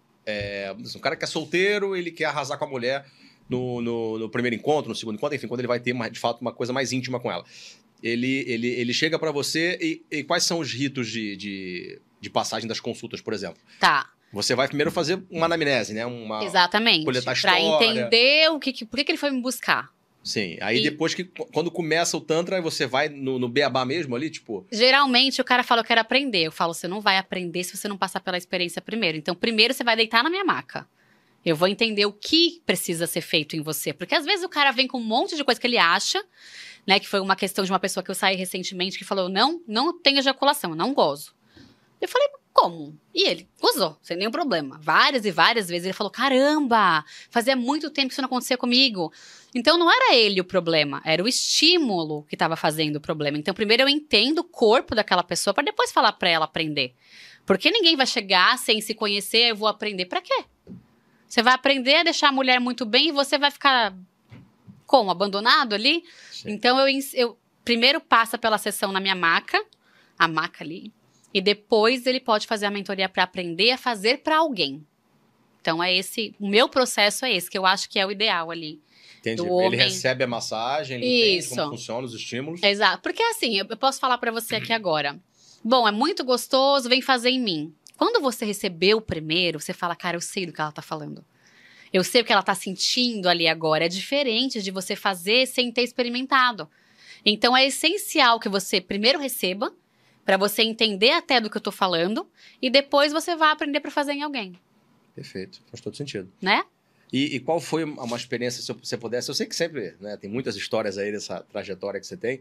S1: É, um cara que é solteiro, ele quer arrasar com a mulher no, no, no primeiro encontro, no segundo encontro, enfim, quando ele vai ter, uma, de fato, uma coisa mais íntima com ela. Ele, ele, ele chega pra você e, e quais são os ritos de, de, de passagem das consultas, por exemplo?
S2: Tá.
S1: Você vai primeiro fazer uma anamnese, né? Uma,
S2: Exatamente.
S1: Coletar história.
S2: Pra entender o que, que, por que, que ele foi me buscar.
S1: Sim. Aí
S2: e...
S1: depois que, quando começa o Tantra, você vai no, no beabá mesmo ali, tipo...
S2: Geralmente o cara fala, eu quero aprender. Eu falo, você não vai aprender se você não passar pela experiência primeiro. Então, primeiro você vai deitar na minha maca. Eu vou entender o que precisa ser feito em você. Porque às vezes o cara vem com um monte de coisa que ele acha, né? Que foi uma questão de uma pessoa que eu saí recentemente que falou, não, não tenho ejaculação, eu não gozo. Eu falei, como? E ele gozou, sem nenhum problema. Várias e várias vezes ele falou, caramba, fazia muito tempo que isso não acontecia comigo. Então não era ele o problema, era o estímulo que estava fazendo o problema. Então primeiro eu entendo o corpo daquela pessoa para depois falar para ela aprender. Porque ninguém vai chegar sem se conhecer, eu vou aprender para quê? Você vai aprender a deixar a mulher muito bem e você vai ficar... Como? Abandonado ali? Sim. Então, eu, eu primeiro passa pela sessão na minha maca, a maca ali, e depois ele pode fazer a mentoria para aprender a fazer para alguém. Então, é esse, o meu processo é esse, que eu acho que é o ideal ali.
S1: Entendi.
S2: Do
S1: ele
S2: homem.
S1: recebe a massagem, ele
S2: Isso.
S1: entende como funcionam os estímulos.
S2: Exato. Porque assim, eu, eu posso falar para você aqui agora. Bom, é muito gostoso, vem fazer em mim. Quando você recebeu o primeiro, você fala, cara, eu sei do que ela tá falando. Eu sei o que ela tá sentindo ali agora. É diferente de você fazer sem ter experimentado. Então, é essencial que você primeiro receba, para você entender até do que eu tô falando, e depois você vai aprender para fazer em alguém.
S1: Perfeito. Faz todo sentido.
S2: Né?
S1: E, e qual foi uma experiência, se você pudesse... Eu sei que sempre, né, tem muitas histórias aí dessa trajetória que você tem,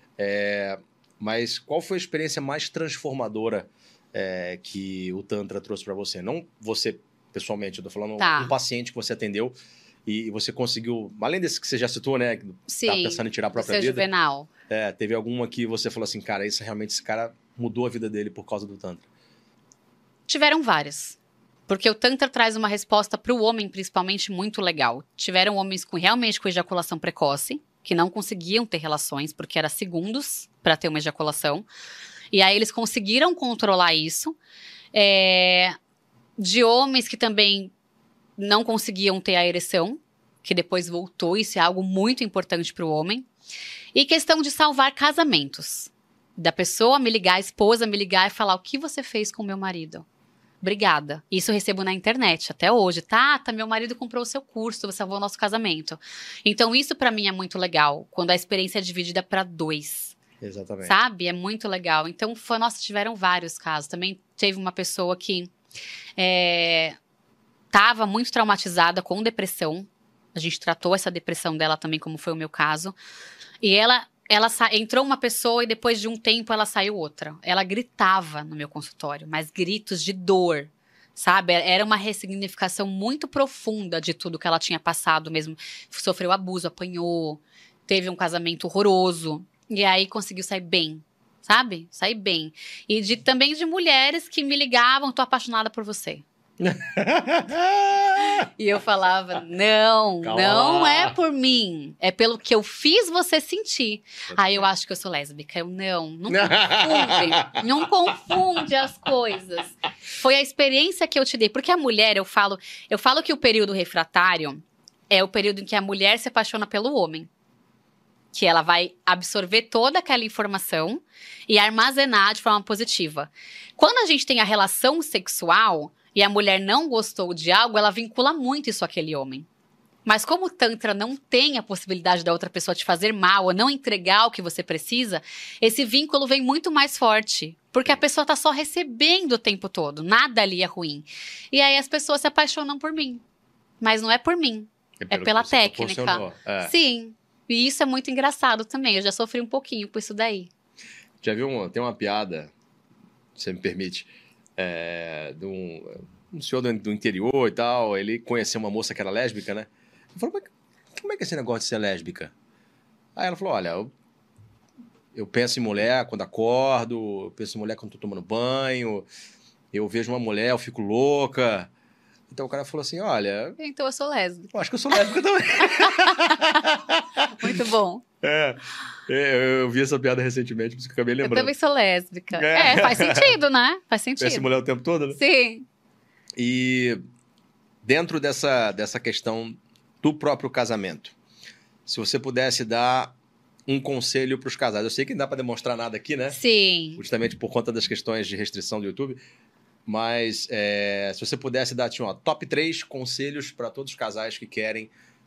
S1: é, mas qual foi a experiência mais transformadora é, que o Tantra trouxe para você? Não você... Pessoalmente, eu tô falando
S2: tá.
S1: um paciente que você atendeu e você conseguiu, além desse que você já citou, né, que
S2: Sim,
S1: tá pensando em tirar a própria
S2: seu
S1: vida.
S2: Juvenal.
S1: É, teve alguma que você falou assim, cara, isso realmente, esse cara mudou a vida dele por causa do Tantra?
S2: Tiveram várias. Porque o Tantra traz uma resposta para o homem, principalmente, muito legal. Tiveram homens com realmente com ejaculação precoce, que não conseguiam ter relações, porque era segundos para ter uma ejaculação. E aí eles conseguiram controlar isso. É... De homens que também não conseguiam ter a ereção, que depois voltou, isso é algo muito importante para o homem. E questão de salvar casamentos. Da pessoa me ligar, a esposa me ligar e falar, o que você fez com o meu marido? Obrigada. Isso eu recebo na internet até hoje. Tata, meu marido comprou o seu curso, você salvou o nosso casamento. Então isso para mim é muito legal, quando a experiência é dividida para dois.
S1: Exatamente.
S2: Sabe? É muito legal. Então, foi, nossa, tiveram vários casos. Também teve uma pessoa que estava é, muito traumatizada com depressão. A gente tratou essa depressão dela também, como foi o meu caso. E ela, ela entrou uma pessoa e depois de um tempo ela saiu outra. Ela gritava no meu consultório, mas gritos de dor, sabe? Era uma ressignificação muito profunda de tudo que ela tinha passado mesmo. Sofreu abuso, apanhou, teve um casamento horroroso. E aí conseguiu sair bem. Sabe? Sair bem. E de, também de mulheres que me ligavam, tô apaixonada por você. E eu falava, não,
S1: Calma
S2: não
S1: lá.
S2: é por mim. É pelo que eu fiz você sentir. Aí eu acho que eu sou lésbica. Eu, não, não confunde. Não confunde as coisas. Foi a experiência que eu te dei. Porque a mulher, eu falo, eu falo que o período refratário é o período em que a mulher se apaixona pelo homem. Que ela vai absorver toda aquela informação e armazenar de forma positiva. Quando a gente tem a relação sexual, e a mulher não gostou de algo, ela vincula muito isso àquele homem. Mas como o Tantra não tem a possibilidade da outra pessoa te fazer mal ou não entregar o que você precisa, esse vínculo vem muito mais forte. Porque a pessoa tá só recebendo o tempo todo. Nada ali é ruim. E aí as pessoas se apaixonam por mim. Mas não é por mim. É, é pela técnica. É. Sim. E isso é muito engraçado também. Eu já sofri um pouquinho com isso daí.
S1: Já viu? Um, tem uma piada, se você me permite, é, de um, um senhor do, do interior e tal. Ele conheceu uma moça que era lésbica, né? Ele falou, mas como é que é esse negócio de ser lésbica? Aí ela falou, olha, eu, eu penso em mulher quando acordo, eu penso em mulher quando tô tomando banho, eu vejo uma mulher, eu fico louca. Então o cara falou assim, olha...
S2: Então eu sou lésbica.
S1: Eu acho que eu sou lésbica também.
S2: Muito bom.
S1: É, eu vi essa piada recentemente, por isso que eu acabei lembrando.
S2: Eu também sou lésbica. É, é faz sentido, né? Faz sentido.
S1: Pensa em mulher o tempo todo, né?
S2: Sim.
S1: E dentro dessa, dessa questão do próprio casamento, se você pudesse dar um conselho para os casais. Eu sei que não dá para demonstrar nada aqui, né?
S2: Sim.
S1: Justamente por conta das questões de restrição do YouTube. Mas é, se você pudesse dar assim, ó, top três conselhos para todos os casais que querem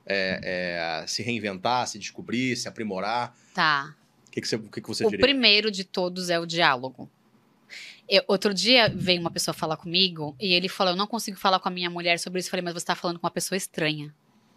S1: é, é, se reinventar, se descobrir, se aprimorar.
S2: Tá.
S1: O que, que você, que que você
S2: o
S1: diria?
S2: O primeiro de todos é o diálogo. Eu, outro dia veio uma pessoa falar comigo e ele falou, eu não consigo falar com a minha mulher sobre isso. Eu falei, mas você está falando com uma pessoa estranha.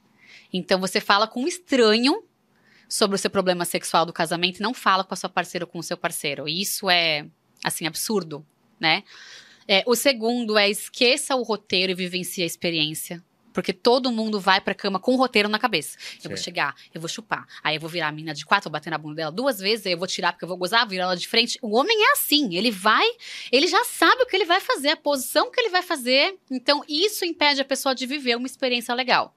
S2: Então você fala com um estranho sobre o seu problema sexual do casamento e não fala com a sua parceira ou com o seu parceiro. E isso é, assim, absurdo, né? É, o segundo é esqueça o roteiro e vivencie a experiência. Porque todo mundo vai pra cama com o roteiro na cabeça. Eu
S1: Sim.
S2: vou chegar, eu vou chupar. Aí eu vou virar a mina de quatro, vou bater na bunda dela duas vezes. Aí eu vou tirar porque eu vou gozar, virar ela de frente. O homem é assim, ele vai... Ele já sabe o que ele vai fazer, a posição que ele vai fazer. Então isso impede a pessoa de viver uma experiência legal.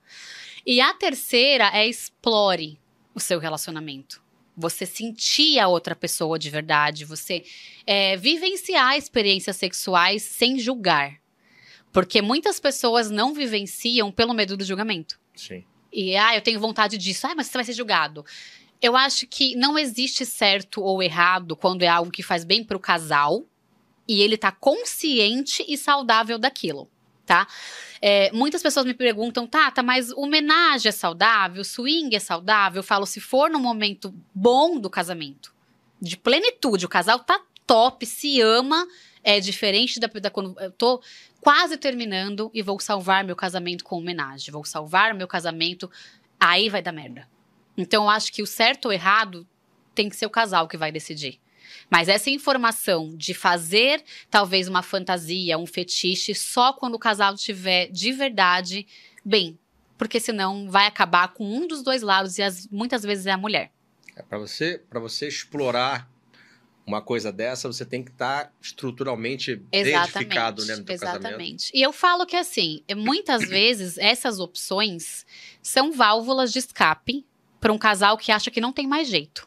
S2: E a terceira é explore o seu relacionamento. Você sentir a outra pessoa de verdade. Você é, vivenciar experiências sexuais sem julgar. Porque muitas pessoas não vivenciam pelo medo do julgamento.
S1: Sim.
S2: E, ah, eu tenho vontade disso. Ah, mas você vai ser julgado. Eu acho que não existe certo ou errado quando é algo que faz bem pro casal e ele tá consciente e saudável daquilo, tá? É, muitas pessoas me perguntam, Tata, mas homenagem é saudável? Swing é saudável? Eu falo, se for no momento bom do casamento, de plenitude, o casal tá top, se ama... É diferente da, da quando eu tô quase terminando e vou salvar meu casamento com homenagem. Vou salvar meu casamento, aí vai dar merda. Então, eu acho que o certo ou errado tem que ser o casal que vai decidir. Mas essa informação de fazer, talvez, uma fantasia, um fetiche, só quando o casal estiver de verdade bem. Porque senão vai acabar com um dos dois lados e as, muitas vezes é a mulher.
S1: É, para você, para você explorar uma coisa dessa, você tem que estar tá estruturalmente edificado, né, no teu
S2: exatamente.
S1: casamento.
S2: E eu falo que, assim, muitas vezes essas opções são válvulas de escape para um casal que acha que não tem mais jeito.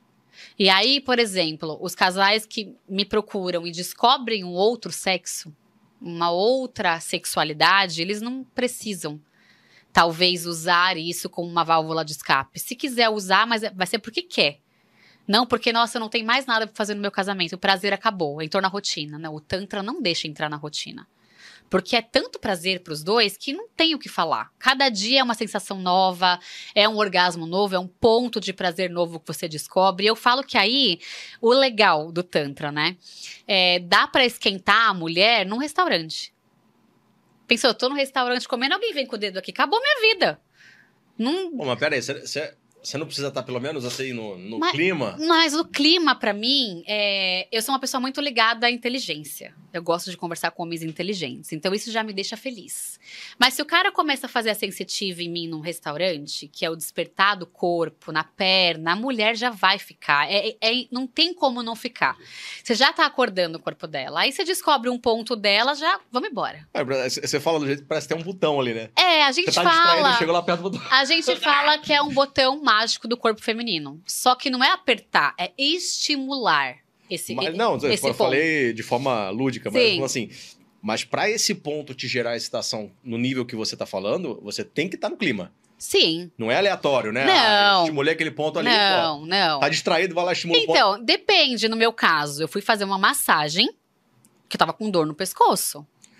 S2: E aí, por exemplo, os casais que me procuram e descobrem um outro sexo, uma outra sexualidade, eles não precisam, talvez, usar isso como uma válvula de escape. Se quiser usar, mas vai ser porque quer. Não, porque, nossa, eu não tenho mais nada pra fazer no meu casamento. O prazer acabou, entrou na rotina. Não, o Tantra não deixa entrar na rotina. Porque é tanto prazer pros dois que não tem o que falar. Cada dia é uma sensação nova, é um orgasmo novo, é um ponto de prazer novo que você descobre. E eu falo que aí, o legal do Tantra, né? É, dá pra esquentar a mulher num restaurante. Pensou, eu tô no restaurante comendo, alguém vem com o dedo aqui, acabou minha vida. Não...
S1: Pô, mas peraí, você... você... Você não precisa estar, pelo menos, assim, no, no
S2: mas,
S1: clima?
S2: Mas o clima, pra mim, é... eu sou uma pessoa muito ligada à inteligência. Eu gosto de conversar com homens inteligentes. Então, isso já me deixa feliz. Mas se o cara começa a fazer a sensitiva em mim num restaurante, que é o despertar do corpo, na perna, a mulher já vai ficar. É, é, não tem como não ficar. Você já tá acordando o corpo dela. Aí você descobre um ponto dela, já... Vamos embora.
S1: É, você fala do jeito que parece ter um botão ali, né?
S2: É, a gente
S1: você tá
S2: fala...
S1: chegou lá perto do botão.
S2: A gente fala que é um botão mágico do corpo feminino. Só que não é apertar, é estimular esse
S1: mas, Não,
S2: esse
S1: eu
S2: ponto.
S1: falei de forma lúdica, mas
S2: Sim.
S1: assim... Mas pra esse ponto te gerar excitação no nível que você tá falando, você tem que estar tá no clima.
S2: Sim.
S1: Não é aleatório, né?
S2: Não.
S1: Ah, estimulei aquele ponto ali,
S2: não,
S1: pô.
S2: Não,
S1: Tá distraído, vai lá estimular o ponto.
S2: Então, depende no meu caso. Eu fui fazer uma massagem, que eu tava com dor no pescoço.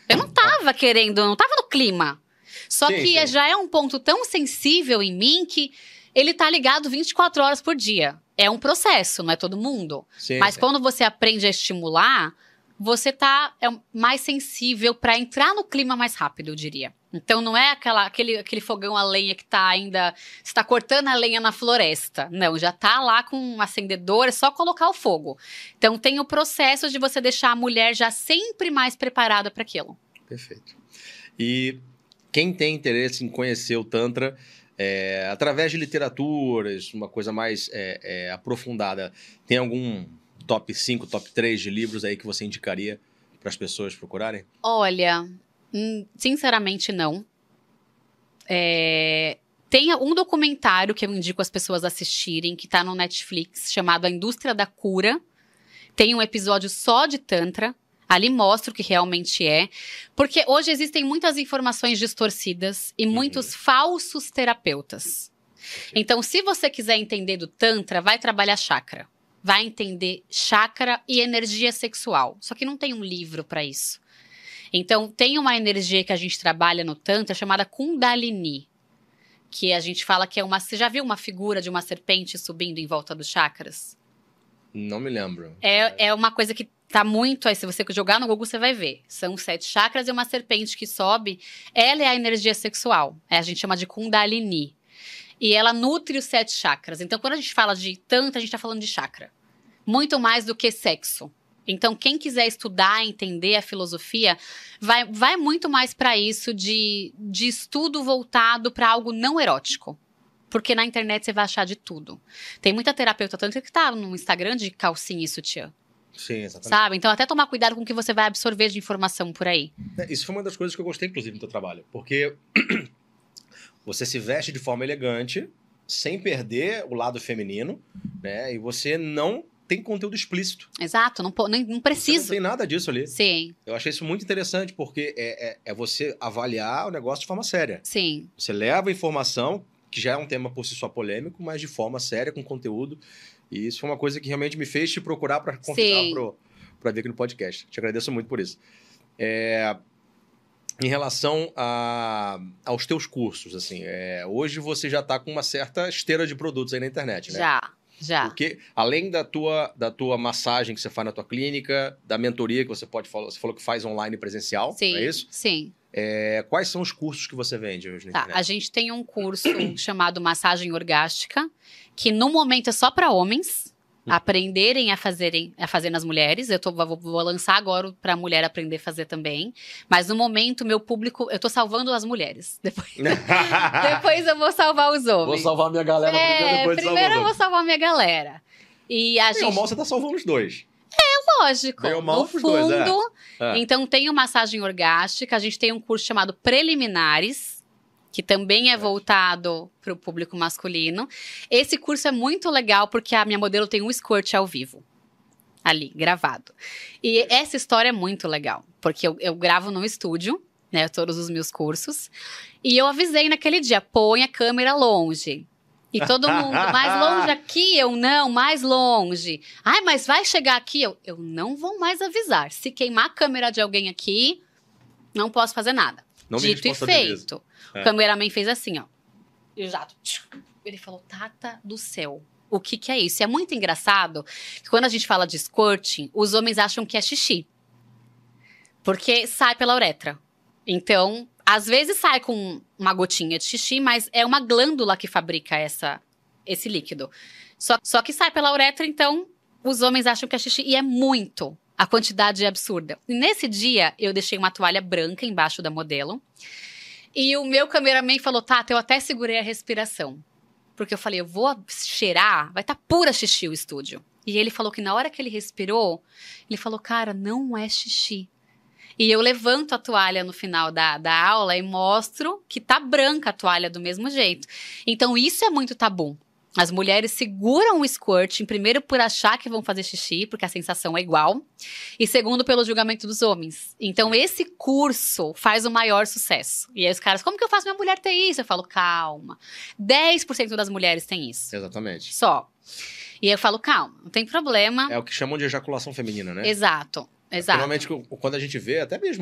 S2: Eu não tava querendo, não tava no clima. Só
S1: Sim,
S2: que
S1: sim.
S2: já é um ponto tão sensível em mim que ele tá ligado vinte e quatro horas por dia. É um processo, não é todo mundo.
S1: Sim,
S2: Mas
S1: sim.
S2: quando você aprende a estimular, você tá é, mais sensível para entrar no clima mais rápido, eu diria. Então não é aquela, aquele, aquele fogão a lenha que tá ainda... Você tá cortando a lenha na floresta. Não, já tá lá com um acendedor, é só colocar o fogo. Então tem o processo de você deixar a mulher já sempre mais preparada para aquilo.
S1: Perfeito. E quem tem interesse em conhecer o Tantra, é, através de literaturas, uma coisa mais é, é, aprofundada, tem algum top cinco, top três de livros aí que você indicaria para as pessoas procurarem?
S2: Olha, hum, sinceramente não. É, tem um documentário que eu indico as pessoas assistirem, que tá no Netflix, chamado A Indústria da Cura. Tem um episódio só de Tantra. Ali mostra o que realmente é. Porque hoje existem muitas informações distorcidas e muitos falsos terapeutas. Então, se você quiser entender do Tantra, vai trabalhar chakra. Vai entender chakra e energia sexual. Só que não tem um livro para isso. Então, tem uma energia que a gente trabalha no Tantra chamada Kundalini. Que a gente fala que é uma... Você já viu uma figura de uma serpente subindo em volta dos chakras?
S1: Não me lembro.
S2: É, é uma coisa que tá muito aí. Se você jogar no Google, você vai ver. São sete chakras e uma serpente que sobe. Ela é a energia sexual. É, a gente chama de Kundalini. E ela nutre os sete chakras. Então, quando a gente fala de Tantra, a gente tá falando de chakra. Muito mais do que sexo. Então, quem quiser estudar, entender a filosofia, vai, vai muito mais para isso de, de estudo voltado para algo não erótico. Porque na internet você vai achar de tudo. Tem muita terapeuta tanto que tá no Instagram de calcinha e sutiã.
S1: Sim, exatamente.
S2: Sabe? Então, até tomar cuidado com o que você vai absorver de informação por aí.
S1: É, isso foi uma das coisas que eu gostei, inclusive, no teu trabalho. Porque você se veste de forma elegante, sem perder o lado feminino, né? E você não tem conteúdo explícito.
S2: Exato, não, po- nem- não
S1: Você
S2: preciso.
S1: não tem nada disso ali.
S2: Sim,
S1: Eu achei isso muito interessante, porque é, é, é você avaliar o negócio de forma séria.
S2: sim.
S1: Você leva a informação, que já é um tema por si só polêmico, mas de forma séria, com conteúdo. E isso foi uma coisa que realmente me fez te procurar para convidar
S2: Sim.
S1: para vir aqui no podcast. Te agradeço muito por isso. É, em relação a, aos teus cursos, assim, é, hoje você já está com uma certa esteira de produtos aí na internet, né?
S2: Já, já.
S1: Porque, além da tua, da tua massagem que você faz na tua clínica, da mentoria que você pode falar, você falou que faz online e presencial,
S2: Sim,
S1: não é isso?
S2: sim.
S1: É, quais são os cursos que você vende hoje na
S2: Tá,
S1: internet?
S2: a gente tem um curso chamado Massagem Orgástica, que no momento é só para homens aprenderem a fazerem a fazer nas mulheres. Eu tô, vou, vou lançar agora para a mulher aprender a fazer também. Mas no momento, meu público, eu tô salvando as mulheres. Depois, depois eu vou salvar os homens.
S1: Vou salvar a minha galera
S2: é,
S1: primeiro, depois
S2: primeiro eu
S1: salvar
S2: vou salvar a minha galera. E a
S1: Bem
S2: gente.
S1: ou mal, você tá salvando os dois.
S2: Lógico,
S1: Bem ou mal,
S2: no
S1: os
S2: fundo.
S1: dois, é. É.
S2: Então, tem o massagem orgástica, a gente tem um curso chamado Preliminares, que também é voltado para o público masculino. Esse curso é muito legal porque a minha modelo tem um squirt ao vivo, ali, gravado. E essa história é muito legal, porque eu, eu gravo no estúdio, né, todos os meus cursos, e eu avisei naquele dia, põe a câmera longe. E todo mundo, mais longe aqui, eu não, mais longe. Ai, mas vai chegar aqui? Eu, eu não vou mais avisar. Se queimar a câmera de alguém aqui, não posso fazer nada.
S1: Não me
S2: Dito e
S1: responsabilizo.
S2: feito.
S1: É.
S2: O cameraman fez assim, ó. E o jato. Ele falou, Tata do céu. O que que é isso? E é muito engraçado que quando a gente fala de squirting, os homens acham que é xixi. Porque sai pela uretra. Então, às vezes sai com uma gotinha de xixi, mas é uma glândula que fabrica essa, esse líquido. Só, só que sai pela uretra, então os homens acham que é xixi. E é muito. A quantidade é absurda. E nesse dia, eu deixei uma toalha branca embaixo da modelo. E o meu cameraman falou, Tata, eu até segurei a respiração. Porque eu falei, eu vou cheirar, vai estar tá pura xixi o estúdio. E ele falou que na hora que ele respirou, ele falou, cara, não é xixi. E eu levanto a toalha no final da, da aula e mostro que tá branca a toalha do mesmo jeito. Então, isso é muito tabu. As mulheres seguram o squirting, primeiro por achar que vão fazer xixi, porque a sensação é igual. E segundo, pelo julgamento dos homens. Então, esse curso faz o maior sucesso. E aí os caras, como que eu faço minha mulher ter isso? Eu falo, calma. dez por cento das mulheres têm isso.
S1: Exatamente.
S2: Só. E aí eu falo, calma, não tem problema.
S1: É o que chamam de ejaculação feminina, né?
S2: Exato. Exato.
S1: Normalmente, quando a gente vê, até mesmo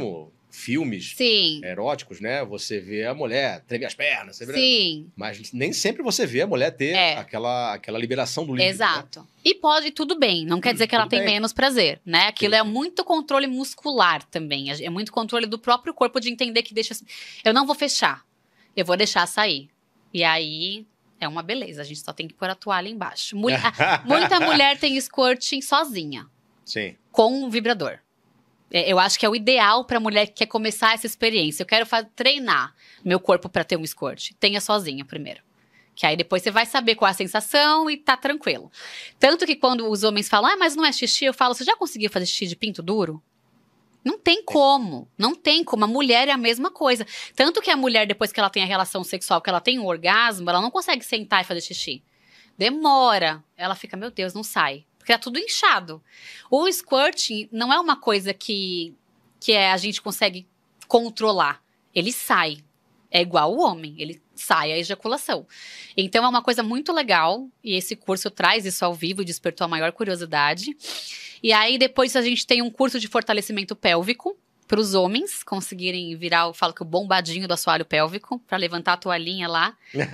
S1: filmes
S2: Sim.
S1: eróticos, né? Você vê a mulher tremer as pernas, você vê...
S2: Sim.
S1: Mas nem sempre você vê a mulher ter
S2: É.
S1: aquela, aquela liberação do líquido, né?
S2: Exato. E pode, tudo bem. Não quer dizer que ela
S1: Tudo
S2: tem
S1: bem.
S2: menos prazer, né? Aquilo
S1: Sim,
S2: é
S1: sim.
S2: muito controle muscular também. É muito controle do próprio corpo de entender que deixa... Eu não vou fechar. Eu vou deixar sair. E aí... É uma beleza, a gente só tem que pôr a toalha embaixo. Mul- a- Muita mulher tem squirting sozinha,
S1: Sim.
S2: com um vibrador. É, eu acho que é o ideal pra mulher que quer começar essa experiência. Eu quero fa- treinar meu corpo pra ter um squirt. Tenha sozinha primeiro. Que aí depois você vai saber qual é a sensação e tá tranquilo. Tanto que quando os homens falam, ah, mas não é xixi, eu falo, você já conseguiu fazer xixi de pinto duro? Não tem como, não tem como. A mulher é a mesma coisa. Tanto que a mulher, depois que ela tem a relação sexual, que ela tem um orgasmo, ela não consegue sentar e fazer xixi. Demora. Ela fica, meu Deus, não sai. Porque é tudo inchado. O squirting não é uma coisa que, que é, a gente consegue controlar. Ele sai. É igual o homem, ele sai a ejaculação. Então é uma coisa muito legal. E esse curso traz isso ao vivo e despertou a maior curiosidade. E aí, depois a gente tem um curso de fortalecimento pélvico para os homens conseguirem virar, eu falo que o bombadinho do assoalho pélvico, para levantar a toalhinha lá.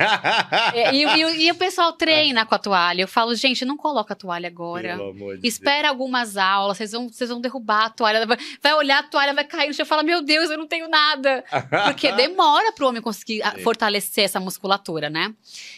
S2: e, e, e o pessoal treina com a toalha. Eu falo, gente, não coloca a toalha agora.
S1: Pelo amor de
S2: Espera
S1: Deus.
S2: algumas aulas, vocês vão, vocês vão derrubar a toalha. Vai, vai olhar, a toalha vai cair no chão e fala, meu Deus, eu não tenho nada. Porque demora para o homem conseguir a, fortalecer essa musculatura, né?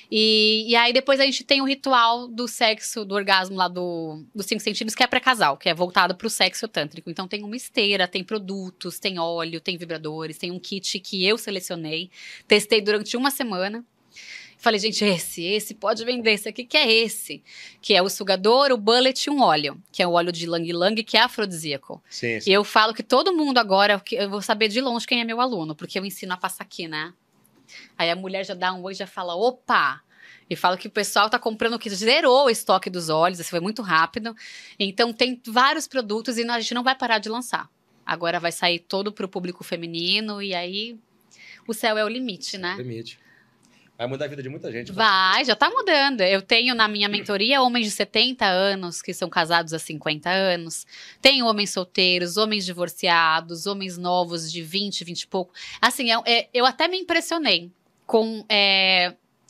S2: E, e aí depois a gente tem o ritual do sexo, do orgasmo lá do, dos cinco centímetros, que é para casal, que é voltado para o sexo tântrico. Então tem uma esteira, tem produtos, tem óleo, tem vibradores, tem um kit que eu selecionei, testei durante uma semana. Falei, gente, esse, esse pode vender, esse aqui que é esse. Que é o sugador, o bullet e um óleo. Que é o óleo de Lang Lang, que é afrodisíaco.
S1: Sim, sim.
S2: E eu falo que todo mundo agora, eu vou saber de longe quem é meu aluno, porque eu ensino a passar aqui, né? Aí a mulher já dá um oi e já fala, opa! E fala que o pessoal tá comprando, que zerou o estoque dos óleos, isso foi muito rápido. Então tem vários produtos e a gente não vai parar de lançar. Agora vai sair todo pro público feminino e aí o céu é o limite, né?
S1: Limite. Vai mudar a vida de muita gente.
S2: Vai, já tá mudando. Eu tenho na minha mentoria homens de setenta anos que são casados há cinquenta anos. Tenho homens solteiros, homens divorciados, homens novos de vinte, vinte e pouco. Assim, eu, é, eu até me impressionei com é,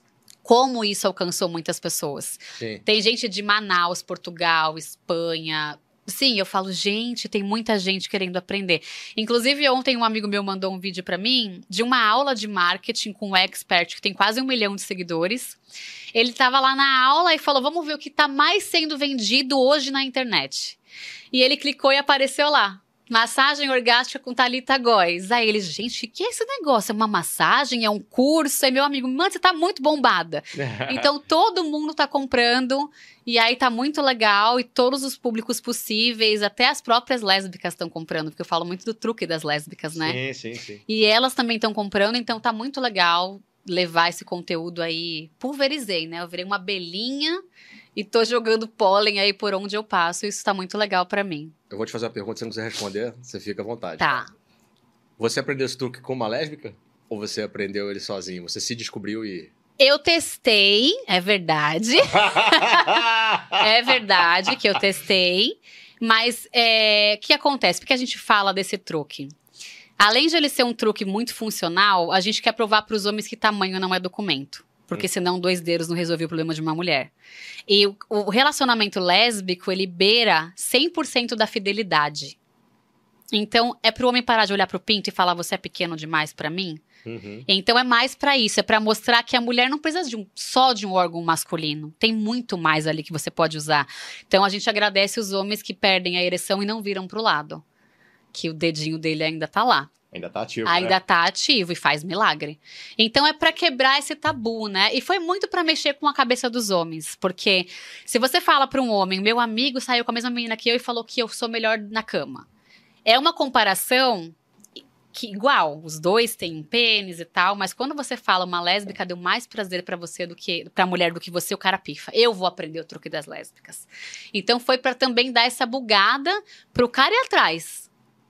S2: como isso alcançou muitas pessoas.
S1: Sim.
S2: Tem gente de Manaus, Portugal, Espanha. Sim, eu falo, gente, tem muita gente querendo aprender. Inclusive, ontem um amigo meu mandou um vídeo pra mim de uma aula de marketing com um expert que tem quase um milhão de seguidores. Ele tava lá na aula e falou, vamos ver o que tá mais sendo vendido hoje na internet. E ele clicou e apareceu lá. Massagem orgástica com Thalita Góes. Aí ele, gente, o que é esse negócio? É uma massagem? É um curso? Aí meu amigo, mano, você tá muito bombada. Então, todo mundo tá comprando. E aí tá muito legal. E todos os públicos possíveis, até as próprias lésbicas estão comprando. Porque eu falo muito do truque das lésbicas, né?
S1: Sim, sim, sim.
S2: E elas também estão comprando. Então, tá muito legal levar esse conteúdo aí. Pulverizei, né? Eu virei uma abelhinha e tô jogando pólen aí por onde eu passo. Isso tá muito legal pra mim.
S1: Eu vou te fazer uma pergunta, se você não quiser responder, você fica à vontade.
S2: Tá.
S1: Você aprendeu esse truque com uma lésbica? Ou você aprendeu ele sozinho? Você se descobriu e...
S2: Eu testei, é verdade. É verdade que eu testei. Mas é, o que acontece? Por que a gente fala desse truque? Além de ele ser um truque muito funcional, a gente quer provar para os homens que tamanho não é documento. Porque senão dois dedos não resolvia o problema de uma mulher. E o, o relacionamento lésbico, ele beira cem por cento da fidelidade. Então, é pro homem parar de olhar pro pinto e falar, você é pequeno demais pra mim?
S1: Uhum.
S2: Então, é mais pra isso. É pra mostrar que a mulher não precisa de um, só de um órgão masculino. Tem muito mais ali que você pode usar. Então, a gente agradece os homens que perdem a ereção e não viram pro lado. Que o dedinho dele ainda tá lá.
S1: Ainda tá ativo,
S2: Ainda
S1: né?
S2: tá ativo e faz milagre. Então é pra quebrar esse tabu, né? E foi muito pra mexer com a cabeça dos homens. Porque se você fala pra um homem, meu amigo saiu com a mesma menina que eu e falou que eu sou melhor na cama. É uma comparação que igual, os dois têm um pênis e tal, mas quando você fala uma lésbica deu mais prazer pra você do que pra mulher do que você, o cara pifa. Eu vou aprender o truque das lésbicas. Então foi pra também dar essa bugada pro cara ir atrás.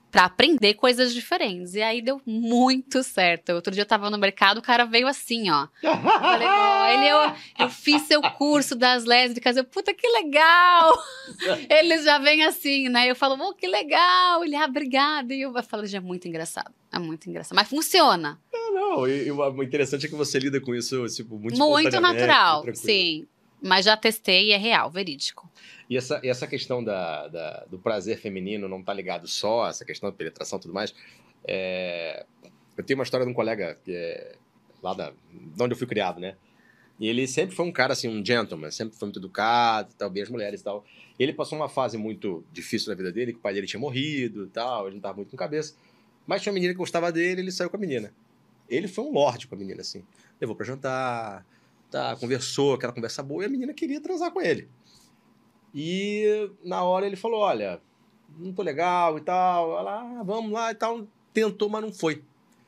S2: Pra aprender coisas diferentes. E aí deu muito certo. Outro dia eu tava no mercado, o cara veio assim, ó. Eu falei, ó, ele, eu, eu fiz seu curso das lésbicas. Eu, puta, que legal! Eles já vêm assim, né? Eu falo, oh, que legal! Ele, ah, obrigada. E eu falo, já é muito engraçado. É muito engraçado. Mas funciona.
S1: Não, não. E, e o interessante é que você lida com isso, tipo, muito
S2: Muito natural,
S1: tranquilo.
S2: sim. Mas já testei e é real, verídico.
S1: E essa, e essa questão da, da- do prazer feminino não tá ligado só a essa questão da penetração e tudo mais. É, eu tenho uma história de um colega que é lá da, de onde eu fui criado, né? E ele sempre foi um cara, assim, um gentleman, sempre foi muito educado, tal, bem as mulheres e tal. E ele passou uma fase muito difícil na vida dele, que o pai dele tinha morrido e tal, ele não tava muito com cabeça. Mas tinha uma menina que gostava dele, ele saiu com a menina. Ele foi um lorde com a menina, assim. Levou pra jantar, tá, conversou, aquela conversa boa, e a menina queria transar com ele. E na hora ele falou, olha, não tô legal e tal. Ela, ah, vamos lá e tal. Tentou, mas não foi.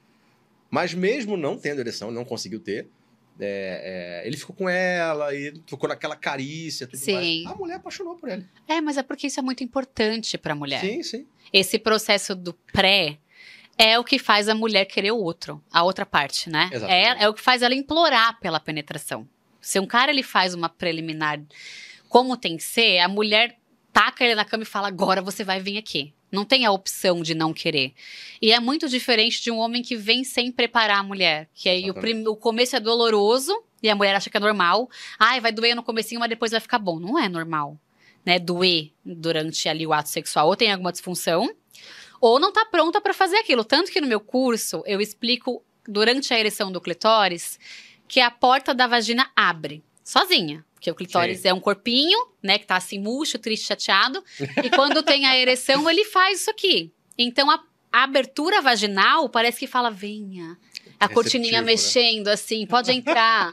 S1: Mas mesmo não tendo ereção, não conseguiu ter, é, é, ele ficou com ela e ficou naquela carícia tudo
S2: Sim.
S1: mais. A mulher apaixonou por ele.
S2: É, mas é porque isso é muito importante pra mulher.
S1: Sim, sim.
S2: Esse processo do pré é o que faz a mulher querer o outro, a outra parte, né?
S1: Exatamente.
S2: É, é o que faz ela implorar pela penetração. Se um cara ele faz uma preliminar como tem que ser, a mulher taca ele na cama e fala, agora você vai vir aqui. Não tem a opção de não querer. E é muito diferente de um homem que vem sem preparar a mulher. Que aí o, prim- o começo é doloroso e a mulher acha que é normal. Ai, vai doer no comecinho, mas depois vai ficar bom. Não é normal, né? Doer durante ali o ato sexual. Ou tem alguma disfunção, ou não tá pronta pra fazer aquilo. Tanto que no meu curso, eu explico, durante a ereção do clitóris, que a porta da vagina abre, sozinha. Porque o clitóris
S1: Sim.
S2: é um corpinho, né, que tá assim, murcho, triste, chateado. E quando tem a ereção, ele faz isso aqui. Então, a, a abertura vaginal parece que fala, venha. A cortininha
S1: Receptivo, né?
S2: mexendo, assim, pode entrar.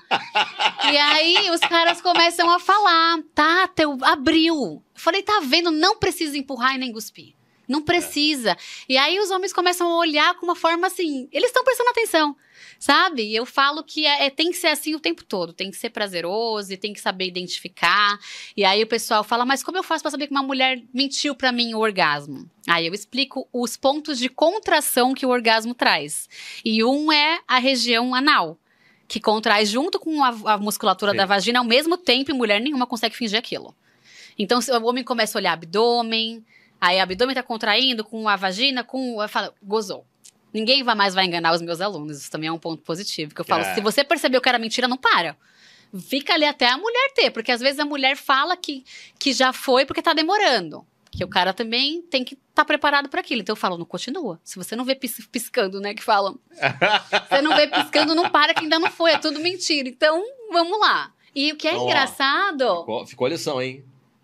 S2: E aí, os caras começam a falar, tá, teu, abriu. Eu falei, tá vendo, não precisa empurrar e nem cuspir. Não precisa. É. E aí, os homens começam a olhar com uma forma assim, eles estão prestando atenção. Sabe? E eu falo que é, é, tem que ser assim o tempo todo. Tem que ser prazeroso e tem que saber identificar. E aí o pessoal fala, mas como eu faço pra saber que uma mulher mentiu pra mim o orgasmo? Aí eu explico os pontos de contração que o orgasmo traz. E um é a região anal, que contrai junto com a, a musculatura Sim. da vagina ao mesmo tempo e mulher nenhuma consegue fingir aquilo. Então se o homem começa a olhar abdômen, aí o abdômen tá contraindo com a vagina, com... Fala, gozou. Ninguém vai mais vai enganar os meus alunos. Isso também é um ponto positivo. Que eu falo, é. se você percebeu que era mentira, não para. Fica ali até a mulher ter. Porque às vezes a mulher fala que, que já foi porque tá demorando. Que o cara também tem que estar tá preparado para aquilo. Então eu falo, não continua. Se você não vê pis, piscando, né, que falam. Você não vê piscando, não para que ainda não foi. É tudo mentira. Então, vamos lá. E o que é então, engraçado...
S1: Ó, ficou, ficou a lição, hein?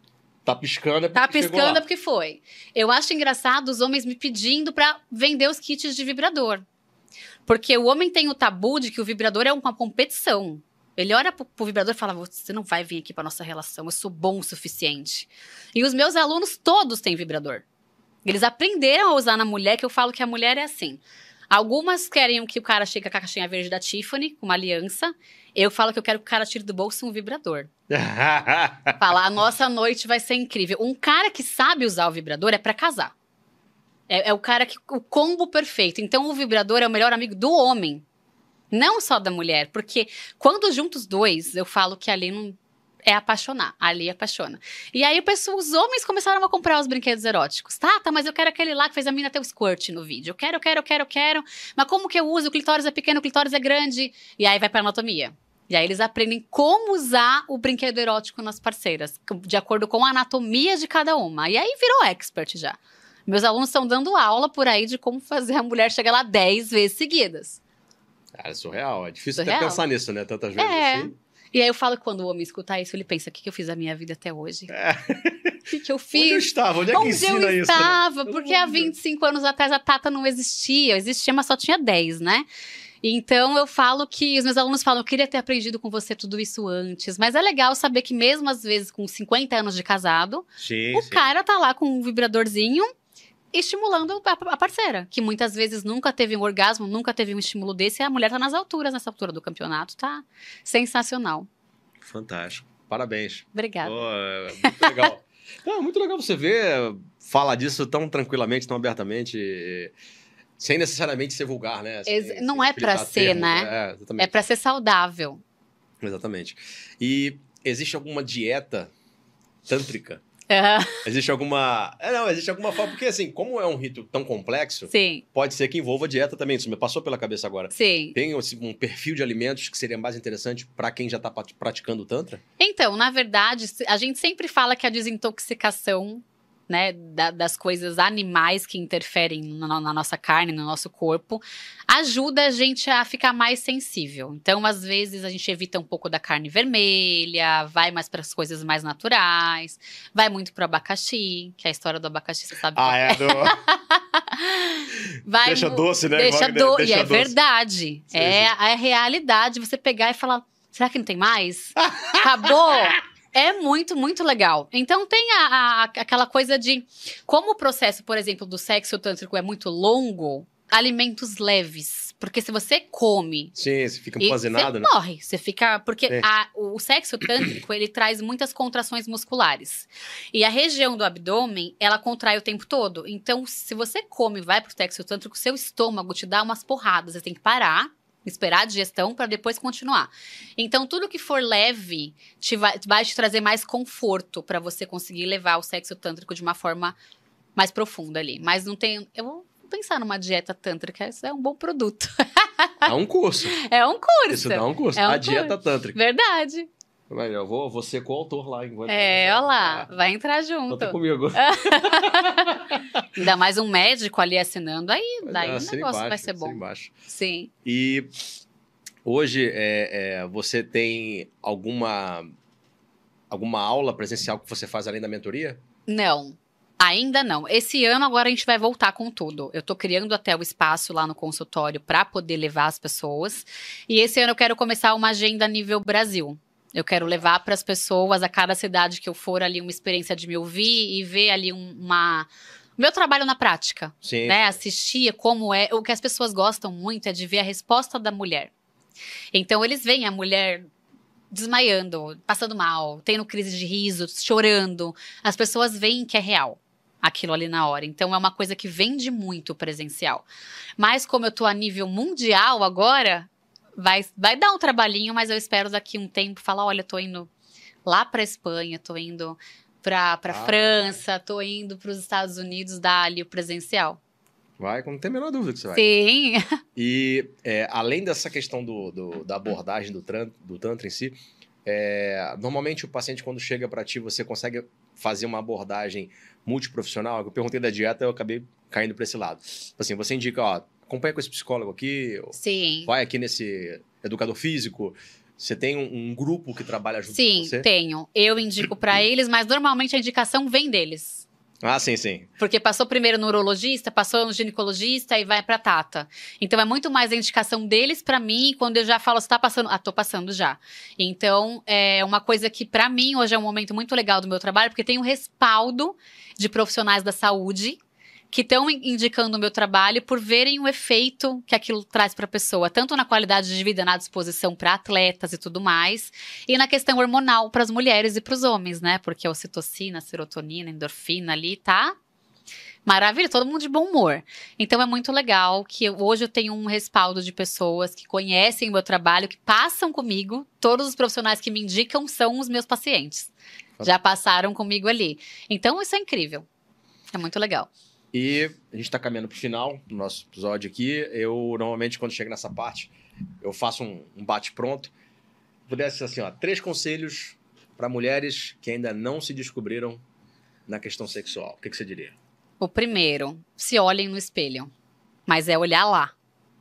S1: Tá piscando é porque
S2: Tá piscando é porque foi. Eu acho engraçado os homens me pedindo pra vender os kits de vibrador. Porque o homem tem o tabu de que o vibrador é uma competição. Ele olha pro, pro vibrador e fala, você não vai vir aqui pra nossa relação, eu sou bom o suficiente. E os meus alunos todos têm vibrador. Eles aprenderam a usar na mulher, que eu falo que a mulher é assim. Algumas querem que o cara chegue com a caixinha verde da Tiffany, com uma aliança. Eu falo que eu quero que o cara tire do bolso um vibrador. Falar, a nossa noite vai ser incrível. Um cara que sabe usar o vibrador é pra casar. É, é o cara que... O combo perfeito. Então, o vibrador é o melhor amigo do homem. Não só da mulher. Porque quando junta os dois, eu falo que ali não... É apaixonar. Ali apaixona. E aí, os homens começaram a comprar os brinquedos eróticos. Tá, tá, mas eu quero aquele lá que fez a mina ter o squirt no vídeo. Eu quero, eu quero, eu quero, eu quero. Mas como que eu uso? O clitóris é pequeno, o clitóris é grande. E aí vai pra anatomia. E aí eles aprendem como usar o brinquedo erótico nas parceiras. De acordo com a anatomia de cada uma. E aí virou expert já. Meus alunos estão dando aula por aí de como fazer a mulher chegar lá dez vezes seguidas.
S1: Cara, é surreal. É difícil
S2: surreal.
S1: até pensar nisso, né? Tantas vezes
S2: é.
S1: assim.
S2: E aí eu falo que quando o homem escutar isso, ele pensa, o que, que eu fiz a minha vida até hoje?
S1: É.
S2: O que, que eu fiz?
S1: Onde eu estava? Onde é que
S2: Onde
S1: ensina
S2: eu
S1: isso?
S2: estava?
S1: Né?
S2: Porque há vinte e cinco anos atrás a Tata não existia. Existia, mas só tinha dez, né? Então eu falo que, os meus alunos falam, eu queria ter aprendido com você tudo isso antes. Mas é legal saber que mesmo às vezes com cinquenta anos de casado,
S1: sim,
S2: o
S1: sim.
S2: cara tá lá com um vibradorzinho estimulando a parceira, que muitas vezes nunca teve um orgasmo, nunca teve um estímulo desse, e a mulher tá nas alturas nessa altura do campeonato, tá sensacional.
S1: Fantástico. Parabéns.
S2: Obrigada.
S1: Oh, é muito legal. Não, é muito legal você ver, falar disso tão tranquilamente, tão abertamente, sem necessariamente ser vulgar, né? Sem,
S2: Ex- não
S1: sem
S2: é pra
S1: explicar
S2: ser,
S1: termos,
S2: né?
S1: É, exatamente.
S2: É pra ser saudável.
S1: Exatamente. E existe alguma dieta tântrica?
S2: Aham.
S1: Existe alguma... É, não, existe alguma forma... Porque, assim, como é um rito tão complexo,
S2: Sim,
S1: pode ser que envolva dieta também. Isso me passou pela cabeça agora.
S2: sim.
S1: Tem assim, um perfil de alimentos que seria mais interessante para quem já está praticando o Tantra?
S2: Então, na verdade, se- a gente sempre fala que a desintoxicação, né, da- das coisas animais que interferem na, na nossa carne, no nosso corpo, ajuda a gente a ficar mais sensível. Então, às vezes, a gente evita um pouco da carne vermelha, vai mais para as coisas mais naturais, vai muito pro abacaxi, que é a história do abacaxi, você sabe qual
S1: Ah, é. Do...
S2: Vai
S1: Deixa
S2: mu-
S1: doce, né?
S2: Deixa
S1: Igual-
S2: doce.
S1: deixa
S2: E é
S1: doce.
S2: verdade.
S1: Sim,
S2: é
S1: sim.
S2: a realidade. Você pegar e falar, será que não tem mais? Acabou? É muito, muito legal. Então tem a, a- aquela coisa de... Como o processo, por exemplo, do sexo tântrico é muito longo, alimentos leves. Porque se você come...
S1: Sim, você fica
S2: E
S1: empanzinado,
S2: você
S1: né?
S2: morre, você fica... Porque
S1: Sim.
S2: a- o sexo tântrico, ele traz muitas contrações musculares. E a região do abdômen, ela contrai o tempo todo. Então, se você come e vai pro sexo tântrico, seu estômago te dá umas porradas. Você tem que parar, esperar a digestão para depois continuar. Então, tudo que for leve te vai, vai te trazer mais conforto para você conseguir levar o sexo tântrico de uma forma mais profunda ali. Mas não tem... Eu vou pensar numa dieta tântrica, isso é um bom produto.
S1: Há um curso.
S2: É um curso.
S1: Isso dá um curso.
S2: É um
S1: a dieta tântrica.
S2: Verdade.
S1: Vai, Eu vou, vou ser coautor lá. Hein? Vou-
S2: É, olha lá,
S1: Ah,
S2: vai entrar junto.
S1: conta comigo.
S2: Ainda mais um médico ali assinando, aí daí
S1: Ah,
S2: o
S1: assina
S2: negócio
S1: embaixo,
S2: vai ser
S1: assina
S2: bom.
S1: embaixo.
S2: Sim.
S1: E hoje é, é, você tem alguma, alguma aula presencial que você faz além da mentoria?
S2: Não, ainda não. Esse ano agora a gente vai voltar com tudo. Eu tô criando até o espaço lá no consultório para poder levar as pessoas. E esse ano eu quero começar uma agenda a nível Brasil. Eu quero levar para as pessoas, a cada cidade que eu for ali, uma experiência de me ouvir e ver ali um- uma... Meu trabalho na prática,
S1: Sim.
S2: né? Assistir como é... O que as pessoas gostam muito é de ver a resposta da mulher. Então, eles veem a mulher desmaiando, passando mal, tendo crise de riso, chorando. As pessoas veem que é real aquilo ali na hora. Então, é uma coisa que vende muito presencial. Mas, como eu tô a nível mundial agora, vai, vai dar um trabalhinho, mas eu espero daqui um tempo falar, olha, tô indo lá pra Espanha, tô indo pra, pra
S1: Ah.
S2: França, tô indo pros Estados Unidos dar ali o presencial.
S1: Vai, não tem a menor dúvida que você vai.
S2: Sim.
S1: E é, além dessa questão do, do- da abordagem do, tran, do Tantra em si, é, normalmente o paciente, quando chega para ti, você consegue fazer uma abordagem multiprofissional? Eu perguntei da dieta, eu acabei caindo para esse lado. Assim, você indica, ó, acompanha com esse psicólogo aqui,
S2: Sim.
S1: vai aqui nesse educador físico. Você tem um, um grupo que trabalha junto
S2: Sim,
S1: com você?
S2: tenho. Eu indico pra eles, mas normalmente a indicação vem deles.
S1: Ah, sim, sim.
S2: Porque passou primeiro no urologista, passou no ginecologista e vai pra Tata. Então é muito mais a indicação deles pra mim, quando eu já falo, você tá passando? Ah, tô passando já. Então é uma coisa que pra mim hoje é um momento muito legal do meu trabalho, porque tem um respaldo de profissionais da saúde que estão indicando o meu trabalho por verem o efeito que aquilo traz para a pessoa, tanto na qualidade de vida, na disposição para atletas e tudo mais, e na questão hormonal para as mulheres e para os homens, né? Porque a ocitocina, a serotonina, a endorfina ali tá maravilha, todo mundo de bom humor. Então é muito legal que eu- hoje eu tenho um respaldo de pessoas que conhecem o meu trabalho, que passam comigo, todos os profissionais que me indicam são os meus pacientes. Já passaram comigo ali. Então isso é incrível. É muito legal.
S1: E a gente está caminhando para o final do nosso episódio aqui. Eu, normalmente, quando chego nessa parte, eu faço um, um bate-pronto. Pudesse, assim, ó, três conselhos para mulheres que ainda não se descobriram na questão sexual. O que, que você diria?
S2: O primeiro, se olhem no espelho. Mas é olhar lá.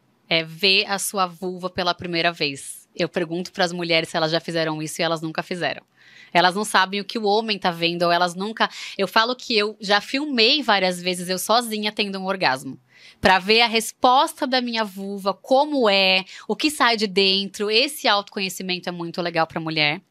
S2: É ver a sua vulva pela primeira vez. Eu pergunto para as mulheres se elas já fizeram isso e elas nunca fizeram. Elas não sabem o que o homem tá vendo, ou elas nunca... Eu falo que eu já filmei várias vezes eu sozinha tendo um orgasmo. Pra ver a resposta da minha vulva, como é, o que sai de dentro. Esse autoconhecimento é muito legal pra mulher.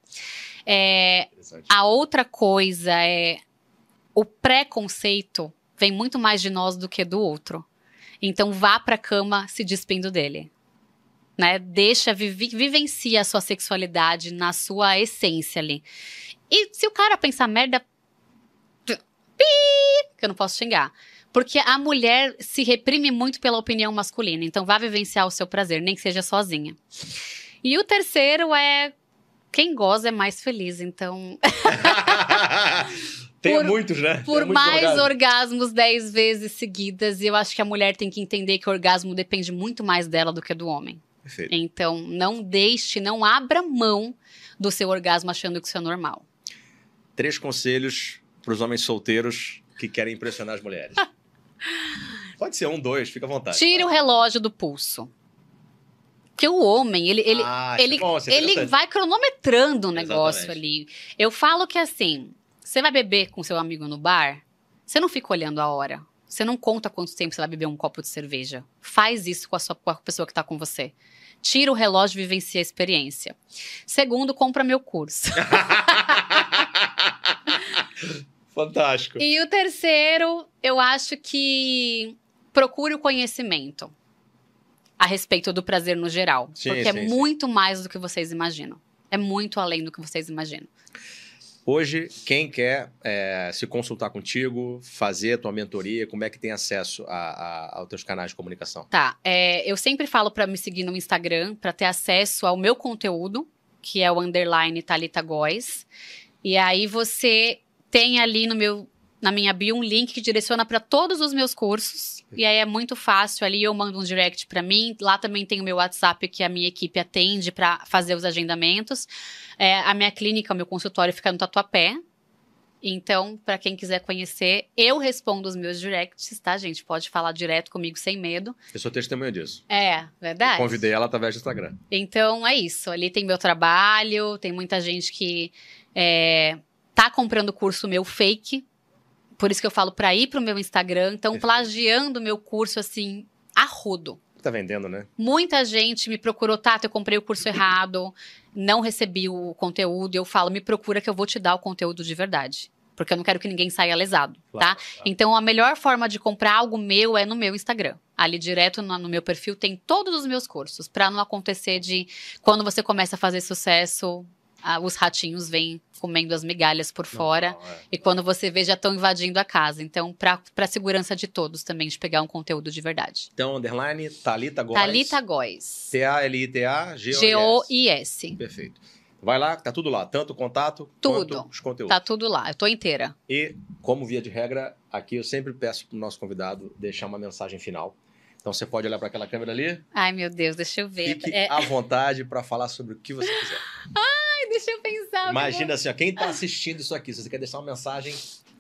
S2: É,
S1: Interessante.
S2: a outra coisa é... O preconceito vem muito mais de nós do que do outro. Então vá pra cama se despindo dele. Né? Deixa, vive, vivencia a sua sexualidade na sua essência ali. E se o cara pensar merda, pi, que eu não posso xingar. Porque a mulher se reprime muito pela opinião masculina. Então, vá vivenciar o seu prazer, nem que seja sozinha. E o terceiro é... Quem goza é mais feliz, então...
S1: Tem
S2: por,
S1: muitos, né?
S2: Por
S1: Tem
S2: mais
S1: orgasmo.
S2: orgasmos dez vezes seguidas, eu acho que a mulher tem que entender que o orgasmo depende muito mais dela do que do homem.
S1: Perfeito.
S2: Então, não deixe, não abra mão do seu orgasmo achando que isso é normal.
S1: Três conselhos para os homens solteiros que querem impressionar as mulheres. Pode ser um, dois, fica à vontade.
S2: Tire o relógio do pulso. Porque o homem, ele, ele,
S1: Ah, isso é
S2: ele,
S1: bom, isso é
S2: ele
S1: interessante.
S2: vai cronometrando o negócio
S1: Exatamente.
S2: ali. Eu falo que assim, você vai beber com seu amigo no bar, você não fica olhando a hora. Você não conta quanto tempo você vai beber um copo de cerveja. Faz isso com a, sua, com a pessoa que tá com você. Tira o relógio e vivencia a experiência. Segundo, compra meu curso.
S1: Fantástico.
S2: E o terceiro, eu acho que procure o conhecimento a respeito do prazer no geral.
S1: Sim,
S2: porque
S1: sim,
S2: é
S1: sim.
S2: muito mais do que vocês imaginam. É muito além do que vocês imaginam.
S1: Hoje, quem quer é, se consultar contigo, fazer a tua mentoria, como é que tem acesso a, a, aos teus canais de comunicação?
S2: Tá, é, eu sempre falo pra me seguir no Instagram, pra ter acesso ao meu conteúdo, que é o underline Thalita Góes. E aí você tem ali no meu, na minha bio um link que direciona para todos os meus cursos. E aí é muito fácil, ali eu mando um direct para mim. Lá também tem o meu WhatsApp que a minha equipe atende para fazer os agendamentos. É, a minha clínica, o meu consultório fica no Tatuapé. Então, para quem quiser conhecer, eu respondo os meus directs, tá, gente? Pode falar direto comigo sem medo.
S1: Eu sou testemunha disso.
S2: É, verdade?
S1: Eu convidei ela através do Instagram.
S2: Então, é isso. Ali tem meu trabalho, tem muita gente que é, tá comprando curso meu fake. Por isso que eu falo pra ir pro meu Instagram. Então,
S1: Perfeito.
S2: plagiando o meu curso, assim, a rodo.
S1: Tá vendendo, né?
S2: Muita gente me procurou, Tata, eu comprei o curso errado, não recebi o conteúdo. E eu falo, me procura que eu vou te dar o conteúdo de verdade. Porque eu não quero que ninguém saia lesado,
S1: Claro,
S2: tá?
S1: claro.
S2: Então, a melhor forma de comprar algo meu é no meu Instagram. Ali direto no, no meu perfil tem todos os meus cursos. Pra não acontecer de, quando você começa a fazer sucesso, ah, os ratinhos vêm comendo as migalhas por fora.
S1: Normal, é.
S2: E quando você vê, já estão invadindo a casa. Então, pra, pra segurança de todos também, de pegar um conteúdo de verdade.
S1: Então, underline, Thalita Góes.
S2: Thalita Góes.
S1: T A L I T A G O I S.
S2: G O I S.
S1: Perfeito. Vai lá, tá tudo lá. Tanto o contato,
S2: Tudo.
S1: quanto os conteúdos.
S2: Tá tudo lá. Eu tô inteira.
S1: E, como via de regra, aqui eu sempre peço pro nosso convidado deixar uma mensagem final. Então, você pode olhar para aquela câmera ali.
S2: Ai, meu Deus, deixa eu ver.
S1: Fique
S2: É...
S1: à vontade para falar sobre o que você quiser.
S2: Ai, deixa eu pensar.
S1: Imagina assim, ó, quem tá assistindo isso aqui, se você quer deixar uma mensagem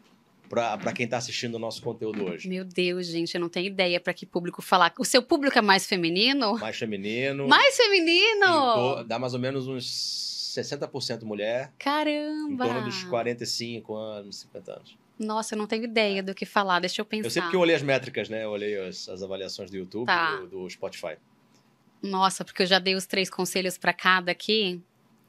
S1: para quem tá assistindo o nosso conteúdo hoje.
S2: Meu Deus, gente, eu não tenho ideia pra que público falar. O seu público é mais feminino?
S1: Mais feminino.
S2: Mais
S1: em
S2: feminino?
S1: to- Dá mais ou menos uns sessenta por cento mulher. Em
S2: Caramba!
S1: torno dos quarenta e cinco anos, cinquenta anos.
S2: Nossa, eu não tenho ideia do que falar. Deixa eu pensar.
S1: Eu sei porque eu olhei as métricas, né? Eu olhei as, as avaliações do YouTube
S2: Tá.
S1: e do, do Spotify.
S2: Nossa, porque eu já dei os três conselhos pra cada aqui.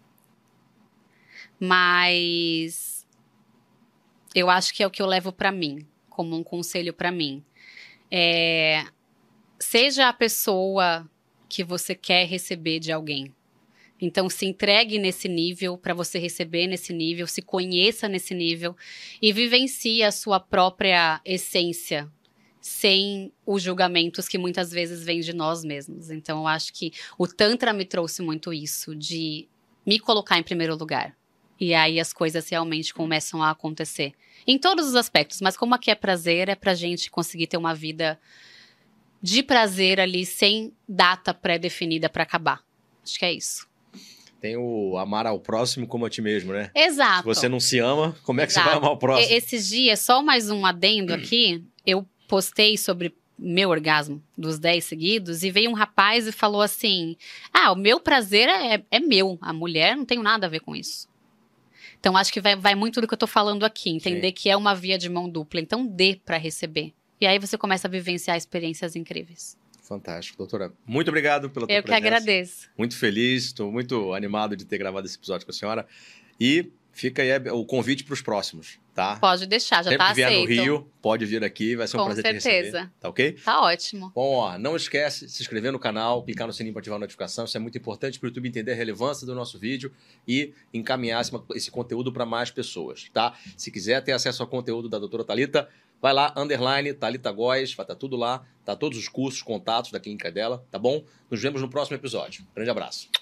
S2: Mas eu acho que é o que eu levo pra mim, como um conselho pra mim. É, seja a pessoa que você quer receber de alguém. Então, se entregue nesse nível para você receber nesse nível, se conheça nesse nível e vivencie a sua própria essência, sem os julgamentos que muitas vezes vêm de nós mesmos. Então, eu acho que o Tantra me trouxe muito isso, de me colocar em primeiro lugar. E aí as coisas realmente começam a acontecer. Em todos os aspectos, mas como aqui é prazer, é pra gente conseguir ter uma vida de prazer ali, sem data pré-definida para acabar. Acho que é isso.
S1: Tem o amar ao próximo como a ti mesmo, né?
S2: Exato.
S1: Se você não se ama, como é que
S2: Exato.
S1: você vai amar o próximo?
S2: E- Esses dias, só mais um adendo aqui, eu postei sobre meu orgasmo dos dez seguidos e veio um rapaz e falou assim, ah, o meu prazer é, é meu, a mulher não tem nada a ver com isso. Então, acho que vai, vai muito do que eu tô falando aqui, entender
S1: Sim.
S2: que é uma via de mão dupla, então dê pra receber. E aí você começa a vivenciar experiências incríveis.
S1: Fantástico, doutora. Muito obrigado pela tua
S2: Eu que
S1: presença.
S2: agradeço.
S1: Muito feliz, estou muito animado de ter gravado esse episódio com a senhora. E Fica aí o convite para os próximos, tá?
S2: Pode deixar, já
S1: Sempre
S2: tá
S1: que vier
S2: aceito.
S1: no Rio, pode vir aqui, vai ser um
S2: Com
S1: prazer te
S2: certeza.
S1: receber. Tá ok?
S2: Tá ótimo.
S1: Bom, ó, não esquece de se inscrever no canal, clicar no sininho para ativar a notificação. Isso é muito importante para o YouTube entender a relevância do nosso vídeo e encaminhar esse, esse conteúdo para mais pessoas, tá? Se quiser ter acesso ao conteúdo da doutora Thalita, vai lá, underline, Thalita Góes, vai estar tudo lá, tá todos os cursos, contatos da clínica dela, tá bom? Nos vemos no próximo episódio. Grande abraço.